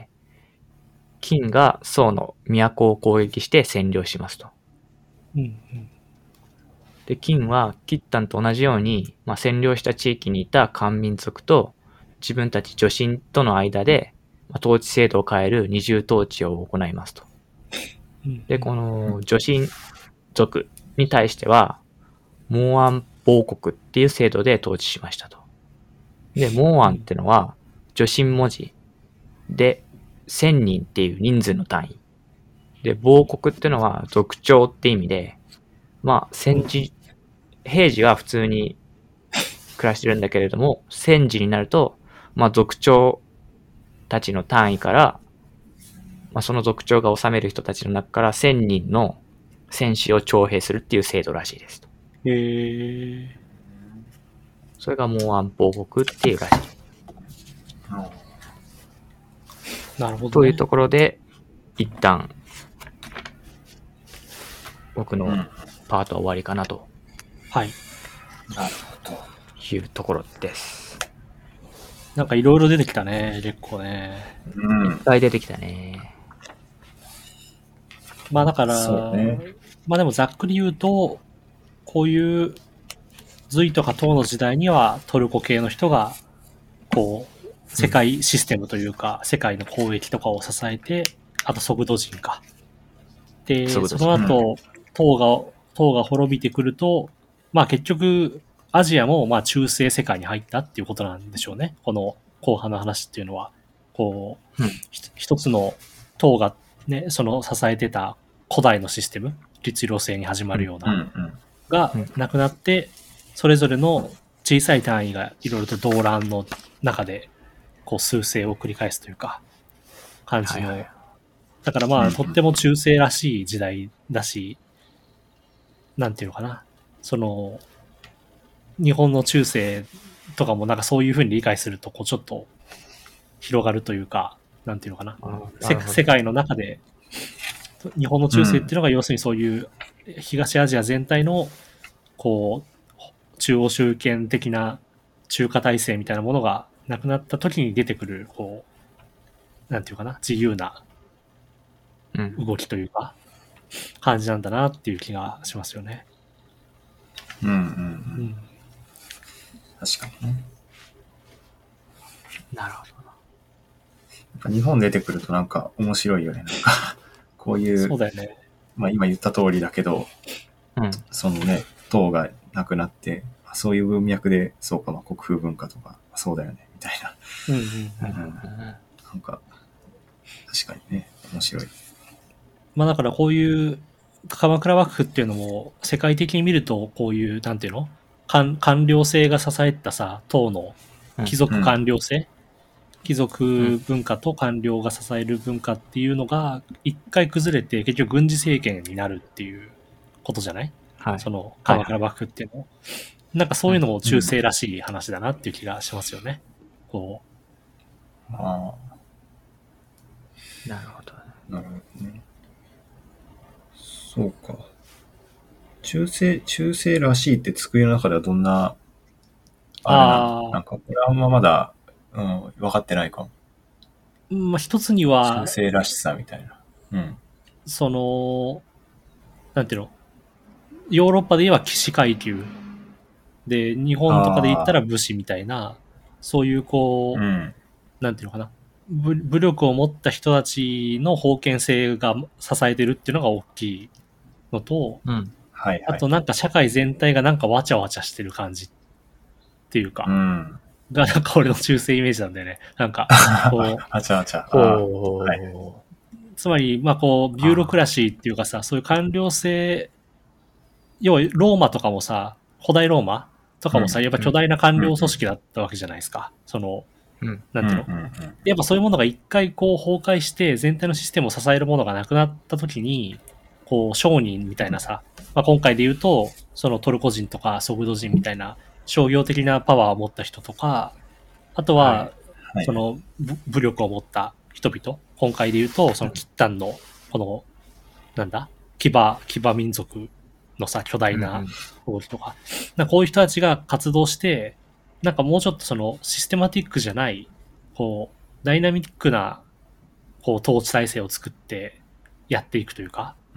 金が宋の都を攻撃して占領しますと。 うんうん、 で、金はキッタンと同じように、まあ、占領した地域にいた漢民族と自分たち女神との間で、まあ、統治制度を変える二重統治を行いますと。で、この女神族に対しては、モーアン王国っていう制度で統治しましたと。で、モーアンってのは、女神文字で、千人っていう人数の単位。で、亡国ってのは族長って意味で、まあ、戦時、平時は普通に暮らしてるんだけれども、戦時になると、まあ、族長たちの単位から、まあ、その族長が治める人たちの中から千人の戦士を徴兵するっていう制度らしいですと。 へー。 それがモーアン亡国っていうらしい。 なるほど、ね。 というところで、一旦、僕のパートは終わりかなと。 はい。 なるほど。 いうところです。 なんかいろいろ出てきたね、結構ね。 うん。いっぱい出てきたね。 まあだから、 そうね、 まあでもざっくり言うと、こういう隋とか唐の時代にはトルコ系の人が、こう、世界システムというか、うん、世界の交易とかを支えて、あとソグド人か。で、その後、唐が、唐が滅びてくると、まあ結局、アジアもまあ中世世界に入ったっていうことなんでしょうね。この後半の話っていうのは、こう、うん、一つの唐がね、その支えてた古代のシステム、律令制に始まるような、うんうんうん、がなくなって、それぞれの小さい単位がいろいろと動乱の中で、こう、数勢を繰り返すというか、感じのだからまあ、 うんとっても中世らしい時代だし、なんていうのかな。その、日本の中世とかもなんかそういう風に理解すると、こうちょっと広がるというか、なんていうのかな。せ世界の中で、日本の中世っていうのが要するにそういう東アジア全体の、こう、中央集権的な中華体制みたいなものがなくなった時に出てくる、こう、なんていうかな、自由な動きというか、感じなんだなっていう気がしますよね。 うんうんうん。 うん確かにね。 なるほどな。 やっぱ日本出てくるとなんか面白いよね。なんか、こういう、 そうだよね。 まあ今言った通りだけど、 うん。 そのね、唐がなくなって、そういう文脈で、そうか、まあ国風文化とか、そうだよね、みたいな。 うんうんうん、なんか、確かにね、面白い。 まあだからこういう鎌倉幕府っていうのも世界的に見るとこういうなんていうの官官僚制が支えたさ唐の貴族官僚制、うん、貴族文化と官僚が支える文化っていうのが一回崩れて結局軍事政権になるっていうことじゃない、はい、その鎌倉幕府っていうの、はい、なんかそういうのも中世らしい話だなっていう気がしますよね、うん、こうああなるほどなるほどね。そうか。中世、中世らしいって机の中ではどんな、あれなの？なんか、これはあんままだ、うん、分かってないかも。 まあ、一つには、 中世らしさみたいな。うん。 その、なんていうの？ヨーロッパで言えば騎士階級。で、日本とかで言ったら武士みたいな、そういうこう、うん、なんていうのかな。武, 武力を持った人たちの封建性が支えてるっていうのが大きいのと、 うんはいはい、 あとなんか社会全体がなんかわちゃわちゃしてる感じっていうか、 うん、 がなんか俺の中世イメージなんだよね。なんか、こう、 わちゃわちゃ。 はい、つまり、まあこう、ビューロクラシーっていうかさ、そういう官僚性、要はローマとかもさ、古代ローマとかもさ、うん、やっぱ巨大な官僚組織だったわけじゃないですか。その、うん、なんていうの、うんうんうん、やっぱそういうものが一回こう崩壊して全体のシステムを支えるものがなくなった時に、こう商人みたいなさ、まあ、今回で言うとそのトルコ人とかソグド人みたいな商業的なパワーを持った人とか、あとは、はいはい、その武力を持った人々、今回で言うとそのキッタンのこのなんだ騎馬騎馬民族のさ巨大な動きとか、うんうん、なんかこういう人たちが活動してなんかもうちょっとそのシステマティックじゃない、こう、ダイナミックな、こう、統治体制を作ってやっていくというか、 うん、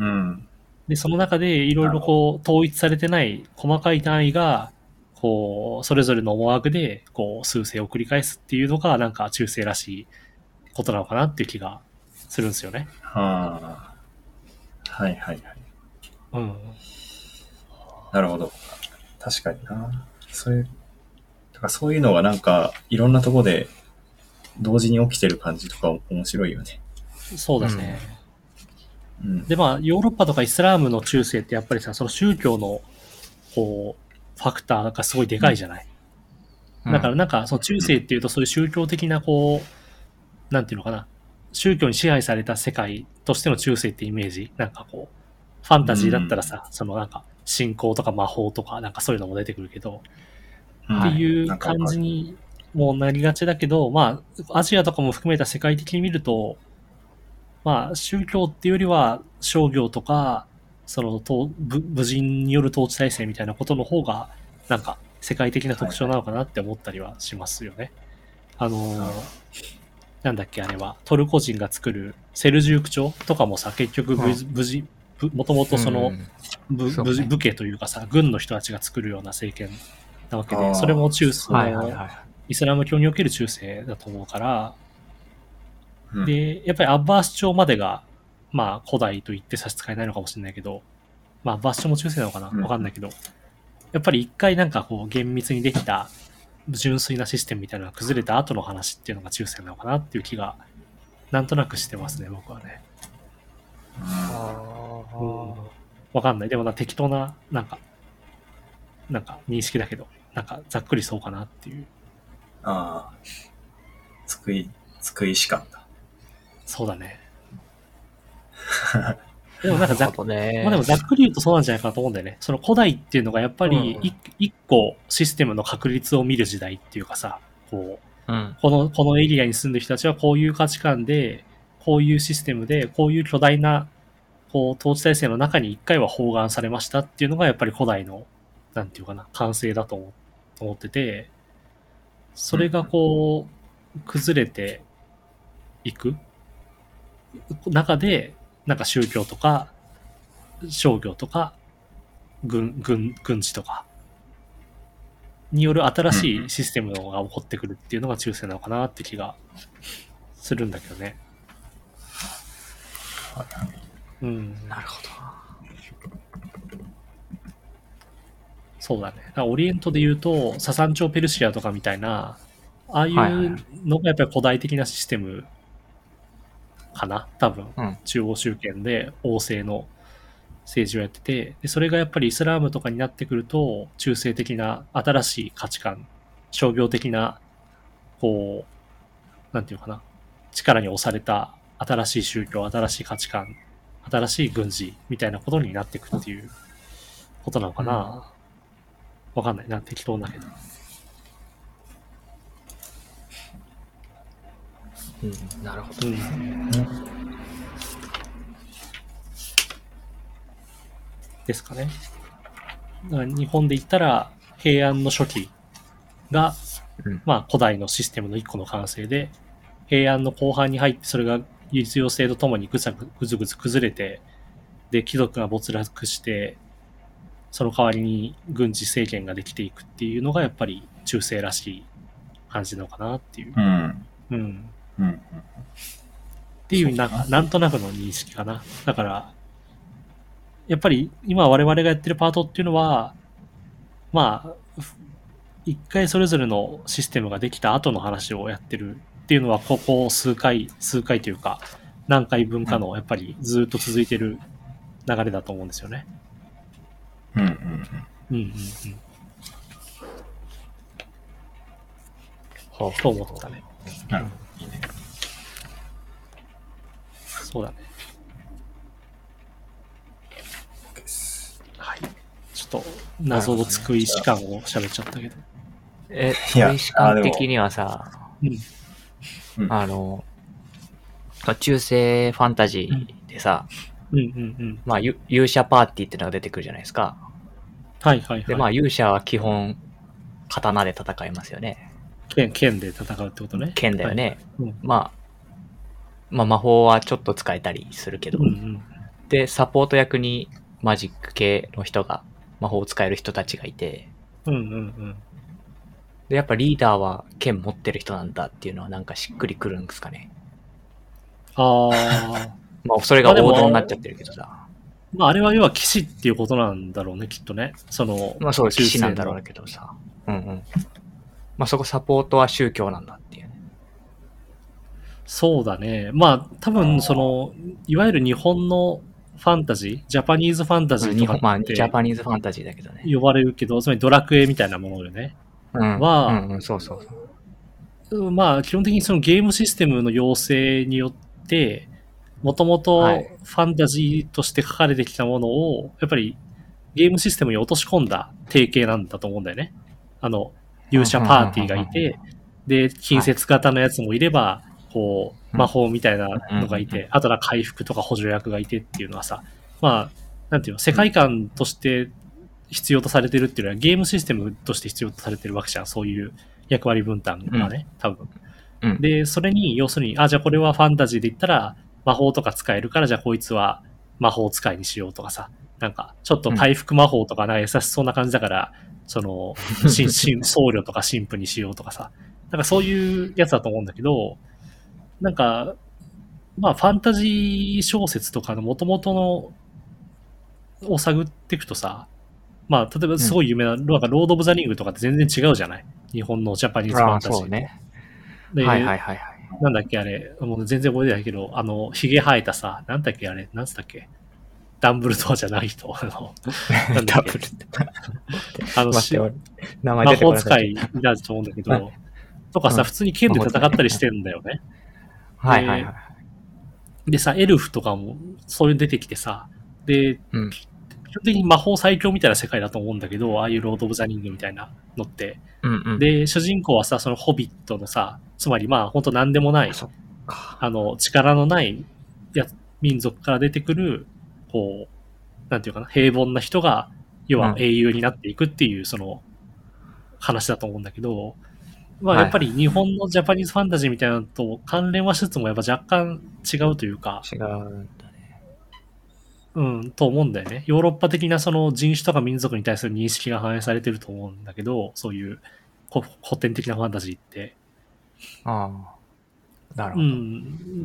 で、その中でいろいろこう、統一されてない細かい単位が、こう、それぞれの思惑で、こう、数世を繰り返すっていうのが、なんか中世らしいことなのかなっていう気がするんですよね。 はあ、はいはいはい。 うん。 なるほど。確かにな。それ、だからそういうのがなんかいろんなとこで同時に起きてる感じとか面白いよね。 そうですね。 うん、 でまあヨーロッパとかイスラームの中世ってやっぱりさ、その宗教のこうファクターがすごいでかいじゃない。うん、だからなんかその中世っていうとそういう宗教的なこうなんていうのかな、宗教に支配された世界としての中世ってイメージ、なんかこうファンタジーだったらさ、うん、そのなんか信仰とか魔法とかなんかそういうのも出てくるけど。っていう感じにもなりがちだけど、まあ、アジアとかも含めた世界的に見ると、まあ、宗教っていうよりは商業とか、その、武人による統治体制みたいなことの方が、なんか、世界的な特徴なのかなって思ったりはしますよね。はいはい、あのー、なんだっけ、あれは、トルコ人が作るセルジューク朝とかもさ、結局武、武人、もともとその、武、武、武家というかさ、軍の人たちが作るような政権、なわけで、それも中世、はいはいはい、イスラム教における中世だと思うから、うん、で、やっぱりアッバース朝までが、まあ古代と言って差し支えないのかもしれないけど、まあアッバース朝も中世なのかな、わかんないけど、やっぱり一回なんかこう厳密にできた純粋なシステムみたいなのが崩れた後の話っていうのが中世なのかなっていう気が、なんとなくしてますね、僕はね。うん、わかんない。でもな、適当な、なんか、なんか認識だけど、なんかざっくりそうかなっていう。 ああ、つくい、つくいしかんだ。 そうだね。 でもなんかざっ、 ね、 まあでもざっくり言うとそうなんじゃないかなと思うんだよね。その古代っていうのがやっぱり一個システムの確立を見る時代っていうかさ、こう、うん、この、このエリアに住んでる人たちはこういう価値観で、こういうシステムで、こういう巨大な、こう、統治体制の中に一回は包含されましたっていうのがやっぱり古代の、なんていうかな、完成だと思ってて、それがこう、崩れていく中で、なんか宗教とか、商業とか、軍、軍、軍事とか、による新しいシステムが起こってくるっていうのが中世なのかなって気がするんだけどね。うん。 なるほど。 そうだね。オリエントで言うと、ササン朝ペルシアとかみたいな、ああいうのがやっぱり古代的なシステムかな、多分。うん、中央集権で王政の政治をやってて、で、それがやっぱりイスラームとかになってくると、中性的な新しい価値観、商業的な、こう、なんていうかな、力に押された新しい宗教、新しい価値観、新しい軍事みたいなことになっていくっていうことなのかな。わ、うん、かんないな、適当だけど。 うん、なるほどね。うんですかね。だから日本で言ったら平安の初期が、うん、まあ古代のシステムの一個の完成で、平安の後半に入ってそれが実用性とともにぐずぐずぐず崩れて、で貴族が没落して、その代わりに軍事政権ができていくっていうのがやっぱり中世らしい感じなのかなっていう。 うん。 うん。うん。っていうなんかなんとなくの認識かな。だから。やっぱり今我々がやってるパートっていうのは、まあ、一回それぞれのシステムができた後の話をやってるっていうのは、ここ数回、数回というか、何回分かのやっぱりずっと続いてる流れだと思うんですよね。 うんうんうん。 うんうんうん。はあ、と思ったね。 なるほど。いいね。 そうだね。はい。ちょっと謎のつくい士官を喋っちゃったけど。 え、つくい士官的にはさ、 うん、 あの、中世ファンタジーでさ、 うんうんうん、 まあ勇者パーティーってのが出てくるじゃないですか。 はいはいはい。 で、まあ勇者は基本刀で戦いますよね。 剣、剣で戦うってことね。 剣だよね。はいうん、 まあ、まあ魔法はちょっと使えたりするけど、 うんうん、 で、サポート役にマジック系の人が、魔法を使える人たちがいて、 うんうんうん。 で、やっぱリーダーは剣持ってる人なんだっていうのはなんかしっくりくるんですかね。 ああ。 まあ、それが王道になっちゃってるけどさ。 まあ、あれは要は騎士っていうことなんだろうね、きっとね。その、 まあそう、騎士なんだろうけどさ。うんうん。まあそこサポートは宗教なんだっていうね。 そうだね。まあ、多分、その、いわゆる日本のファンタジー、ジャパニーズファンタジーとかって、 まあ、ジャパニーズファンタジーだけどね。 呼ばれるけど、つまりドラクエみたいなものよね。 うん。 は、 うんうん、そうそうそう。まあ、基本的にそのゲームシステムの要請によって、もともとファンタジーとして書かれてきたものを、やっぱりゲームシステムに落とし込んだ定型なんだと思うんだよね。あの、勇者パーティーがいて、で、近接型のやつもいれば、こう、魔法みたいなのがいて、あとは回復とか補助役がいてっていうのはさ、まあ、なんていうの、世界観として必要とされてるっていうのはゲームシステムとして必要とされてるわけじゃん。そういう役割分担がね、多分。で、それに、要するに、あ、じゃあこれはファンタジーで言ったら、魔法とか使えるから、じゃあこいつは魔法使いにしようとかさ、なんか、ちょっと回復魔法とかなんか優しそうな感じだから、その、僧侶とか神父にしようとかさ、なんかそういうやつだと思うんだけど、なんか、まあ、ファンタジー小説とかの元々のを探っていくとさ、まあ、例えばすごい有名な、うん、なんかロード・オブ・ザ・リングとかって全然違うじゃない？日本のジャパニーズファンタジー。 そうね。 で、 はいはいはいはい。 なんだっけあれ、もう全然覚えてないけど、あの、髭生えたさ、なんだっけあれ、なんつったっけダンブルドアじゃない人。あの、なんだっけあの、し名前出てこない魔法使いだと思うんだけど、とかさ、うん、普通に剣で戦ったりしてるんだよね。 はいはいはい。 でさ、エルフとかもそういう出てきてさ、で、 うん。 基本的に魔法最強みたいな世界だと思うんだけど、ああいうロード・オブ・ザ・リングみたいなのって。 うんうん。 で、主人公はさ、そのホビットのさ、つまりまあ本当何でもない、 そっか。 あの、力のないや民族から出てくる、こう、なんていうかな、平凡な人が、要は英雄になっていくっていう、その、話だと思うんだけど、まあやっぱり日本のジャパニーズファンタジーみたいなのと関連はしつつもやっぱ若干違うというか、 違うんだね。 うん、と思うんだよね。ヨーロッパ的なその人種とか民族に対する認識が反映されてると思うんだけど、そういう古典的なファンタジーって。 ああ。なるほど。 うん、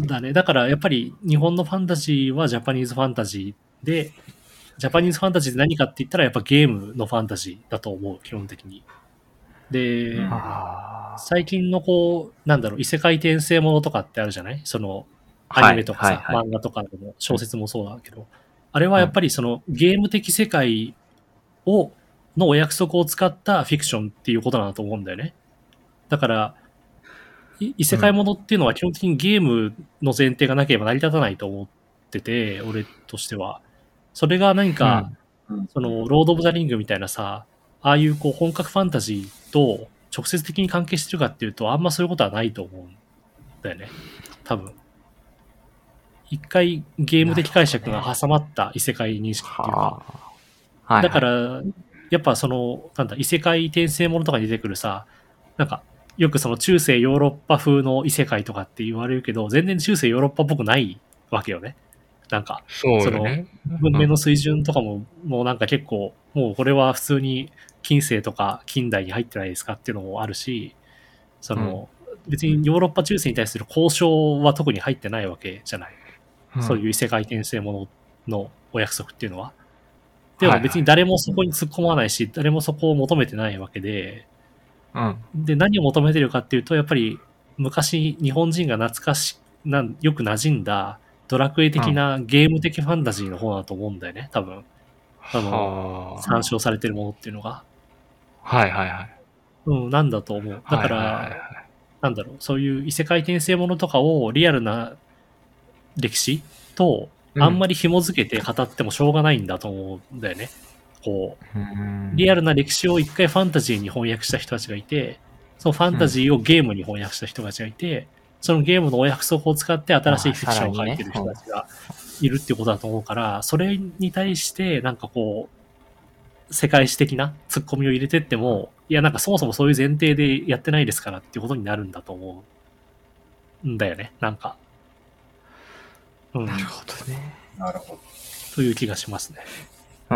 だね。だからやっぱり日本のファンタジーはジャパニーズファンタジーで、ジャパニーズファンタジーって何かって言ったらやっぱゲームのファンタジーだと思う、基本的に。で、 うん最近のこう、なんだろう、異世界転生ものとかってあるじゃないその、アニメとかさ、 はいはいはい漫画とかでも小説もそうだけど、あれはやっぱりそのゲーム的世界を、のお約束を使ったフィクションっていうことなんだと思うんだよね。だから、い異世界ものっていうのは基本的にゲームの前提がなければ成り立たないと思ってて、俺としては。それが何か、 うんその、ロード・オブ・ザ・リングみたいなさ、ああいうこう本格ファンタジーと直接的に関係してるかっていうと、あんまそういうことはないと思うんだよね。多分。一回ゲーム的解釈が挟まった異世界認識っていうか。 はあ。はいはい。 だから、やっぱその、なんだ、異世界転生ものとかに出てくるさ、なんか、よくその中世ヨーロッパ風の異世界とかって言われるけど、全然中世ヨーロッパっぽくないわけよね。なんか、 そうよね。 文明の水準とかも、もうなんか結構、もうこれは普通に近世とか近代に入ってないですかっていうのもあるし、その、別にヨーロッパ中世に対する交渉は特に入ってないわけじゃない。 うんそういう異世界転生もののお約束っていうのは。でも別に誰もそこに突っ込まないし、誰もそこを求めてないわけで、 うん。 で、何を求めてるかっていうと、やっぱり昔日本人が懐かし、なんよく馴染んだドラクエ的なゲーム的ファンタジーの方だと思うんだよね、多分。あの、 はあ。 参照されてるものっていうのが。 はいはいはい。 うん、なんだと思う。だから、 はいはいはいなんだろう、そういう異世界転生ものとかをリアルな歴史とあんまり紐づけて語ってもしょうがないんだと思うんだよね。こう、 うんリアルな歴史を一回ファンタジーに翻訳した人たちがいて、そのファンタジーをゲームに翻訳した人たちがいて、そのゲームのお約束を使って新しいフィクションを書いてる人たちがいるっていうことだと思うから、それに対してなんかこう、世界史的なツッコミを入れてっても、いやなんかそもそもそういう前提でやってないですからっていうことになるんだと思うんだよね、なんか。うん、 なるほどね。 なるほど。 という気がしますね。 うん。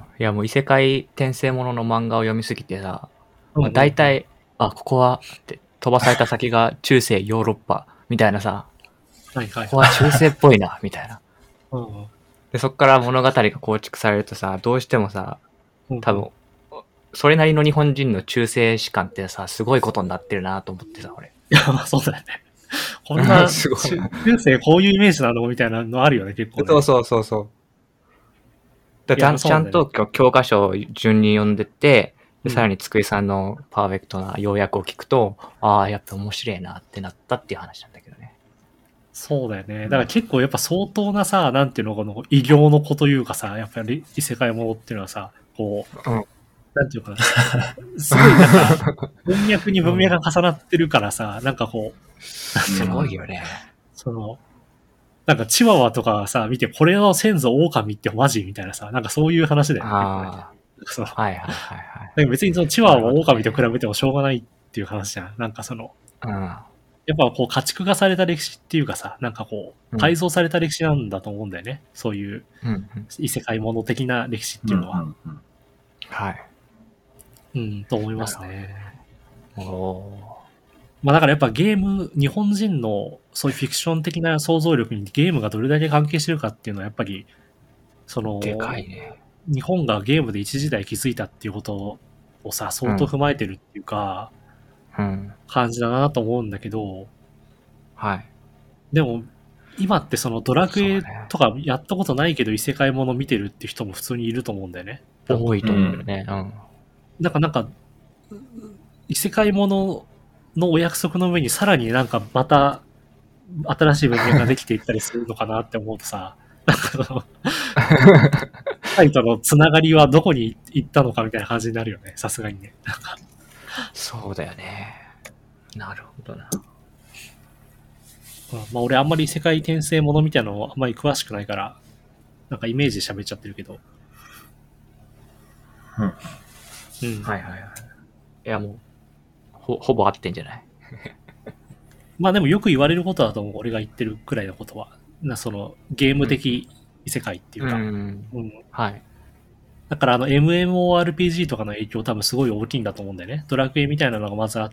いやもう異世界転生ものの漫画を読みすぎてさ、 うんまあ、大体、あ、ここはって飛ばされた先が中世ヨーロッパみたいなさ、 はいはいここは中世っぽいな、みたいな。 うんで、そっから物語が構築されるとさ、どうしてもさ、 うん、 多分、それなりの日本人の中世史観ってさ、すごいことになってるなと思ってさ、俺。 いや、まあそうだよね。こんな、 すごい中中世こういうイメージなのみたいなのあるよね、結構、ね。 そうそうそうそう。だちゃんいやそうなんだよねちゃんと教科書を順に読んでって、 うんでさらにつくいさんのパーフェクトな要約を聞くと、ああ、やっぱ面白いなってなったっていう話なんだけどね。 そうだよね。だから結構やっぱ相当なさ、なんていうの、この異形の子というかさ、やっぱり異世界ものっていうのはさ、こう、 うんなんていうかな、すごいなんか、文脈に文脈が重なってるからさ、なんかこう、 すごいよね。 その、なんかチワワとかさ、見て、これの先祖狼ってマジみたいなさ、なんかそういう話だよね。 あそのあ、はいはいはいはい。 なんか別にそのチワワは狼と比べてもしょうがないっていう話じゃん。なんかその、 うん。 やっぱこう家畜化された歴史っていうかさ、なんかこう、改造された歴史なんだと思うんだよね。そういううんうん、 異世界もの的な歴史っていうのは。 うんうんうんはい。 うん、と思いますね。 おおまあだからやっぱゲーム、日本人のそういうフィクション的な想像力にゲームがどれだけ関係してるかっていうのはやっぱり、その、 ー。でかいね。 日本がゲームで一時代築いたっていうことをさ、相当踏まえてるっていうか、 うん。 感じだなと思うんだけど、 はい。 でも、今ってそのドラクエそうねとかやったことないけど異世界もの見てるっていう人も普通にいると思うんだよね。 多いと思うよね。うん。 なんかなんか、異世界もののお約束の上にさらになんかまた新しい文明ができていったりするのかなって思うとさ、なんかその、世界とのつながりはどこに行ったのかみたいな感じになるよね、さすがにね。なんかそうだよね。なるほどな。 まあ俺あんまり世界転生ものみたいなのあんまり詳しくないから、なんかイメージで喋っちゃってるけど。 うん。 うん。 はいはいはい。いやもう、ほ、ほぼ合ってんじゃない？ まあでもよく言われることだと思う、俺が言ってるくらいのことは。なそのゲーム的異世界っていうか。 うん。 うん、 はい。 だからあの エムエムオーアールピージー とかの影響多分すごい大きいんだと思うんだよね。ドラクエみたいなのがまずあって、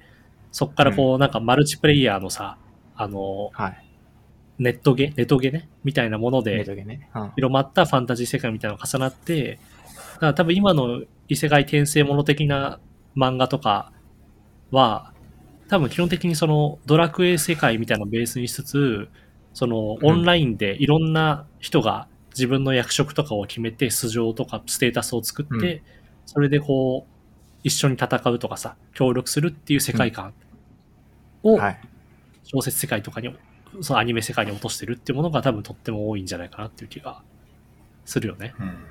そっからこうなんかマルチプレイヤーのさ、あの、 はい。 ネットゲ、ネトゲね、みたいなものでねうん、 広まったファンタジー世界みたいなのが重なって、だから多分今の異世界転生もの的な漫画とかは、多分基本的にそのドラクエ世界みたいなのをベースにしつつ、そのオンラインでいろんな人が自分の役職とかを決めて素性とかステータスを作って、うん、それでこう一緒に戦うとかさ、協力するっていう世界観を小説世界とかに、そのアニメ世界に落としてるっていうものが多分とっても多いんじゃないかなっていう気がするよね。うん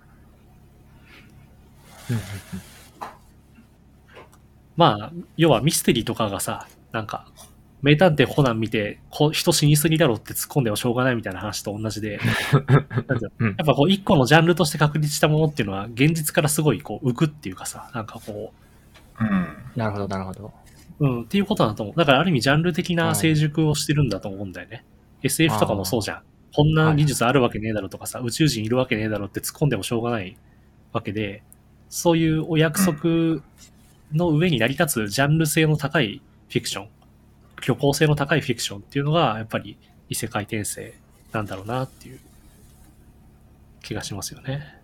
まあ、要はミステリーとかがさ、なんか、名探偵コナン見て、こ人死にすぎだろって突っ込んでもしょうがないみたいな話と同じで、やっぱこう一個のジャンルとして確立したものっていうのは、現実からすごいこう浮くっていうかさ、なんかこう、うん、なるほどなるほど。 うん、っていうことだと思う。だからある意味ジャンル的な成熟をしてるんだと思うんだよね。エスエフ とかもそうじゃん。こんな技術あるわけねえだろとかさ、宇宙人いるわけねえだろって突っ込んでもしょうがないわけで、そういうお約束の上に成り立つジャンル性の高いフィクション、虚構性の高いフィクションっていうのがやっぱり異世界転生なんだろうなっていう気がしますよね。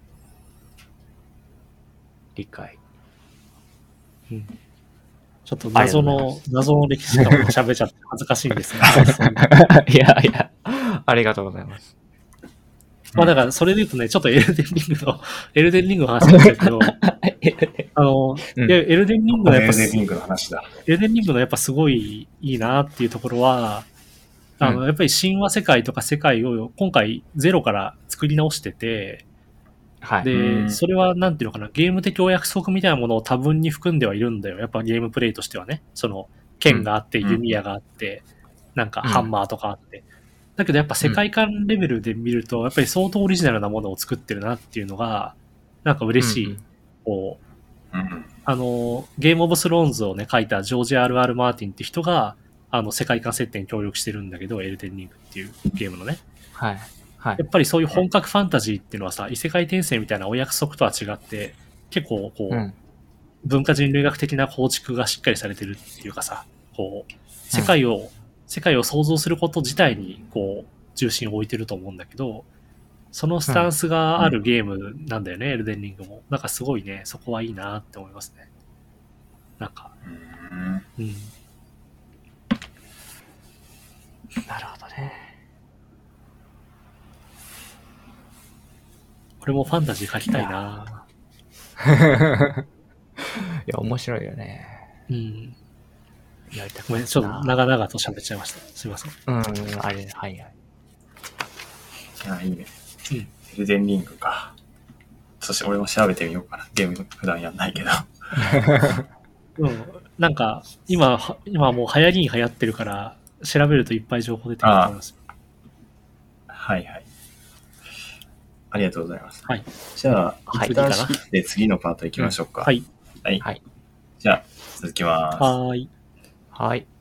理解。 うん。ちょっと謎の謎の歴史とかも喋っちゃって恥ずかしいんですが。 いやいや、ありがとうございます。 まあだからそれで言うとね、ちょっとエルデンリングのエルデンリングの話になっちゃうけど、あの、うん、いやエルデンリングのやっぱエルデンリングの話だ。 エルデンリングのやっぱすごいいいなっていうところは、あの、うん、やっぱり神話世界とか世界を今回ゼロから作り直してて、はい、で、それはなんていうのかな、ゲーム的お約束みたいなものを多分に含んではいるんだよ。やっぱゲームプレイとしてはね。その、剣があって、弓矢があって、うん、なんかハンマーとかあって。だけどやっぱ世界観レベルで見ると、やっぱり相当オリジナルなものを作ってるなっていうのが、なんか嬉しい。うん、こう、うん、あの、ゲームオブスローンズをね、書いたジョージ・アールアール・マーティンって人が、あの、世界観設定に協力してるんだけど、エルデンリングっていうゲームのね。 はい。はい、 やっぱりそういう本格ファンタジーっていうのはさ、異世界転生みたいなお約束とは違って、結構こう、うん、文化人類学的な構築がしっかりされてるっていうかさ、こう、世界を、うん、世界を想像すること自体にこう、重心を置いてると思うんだけど、そのスタンスがあるゲームなんだよね、うん、エルデンリングも。なんかすごいね、そこはいいなって思いますね。なんか、うん。うん、 なるほどね。 俺もファンタジー書きたいな。 いや、面白いよね。 うん。 やりたくごめん、ちょっと長々と喋っちゃいました。すいません。 うん、あれ、はいはい。いや、いいね。うん。エルデンリングか。そして俺も調べてみようかな。ゲーム普段やんないけど。 うん。なんか、今、今もう流行りに流行ってるから、調べるといっぱい情報出てくると思います。 はいはい。ありがとうございます。 はい。 じゃあ、一旦仕切って次のパート行きましょうか。 はい。 はい。はい。じゃあ、続きます。 はーい。 はい。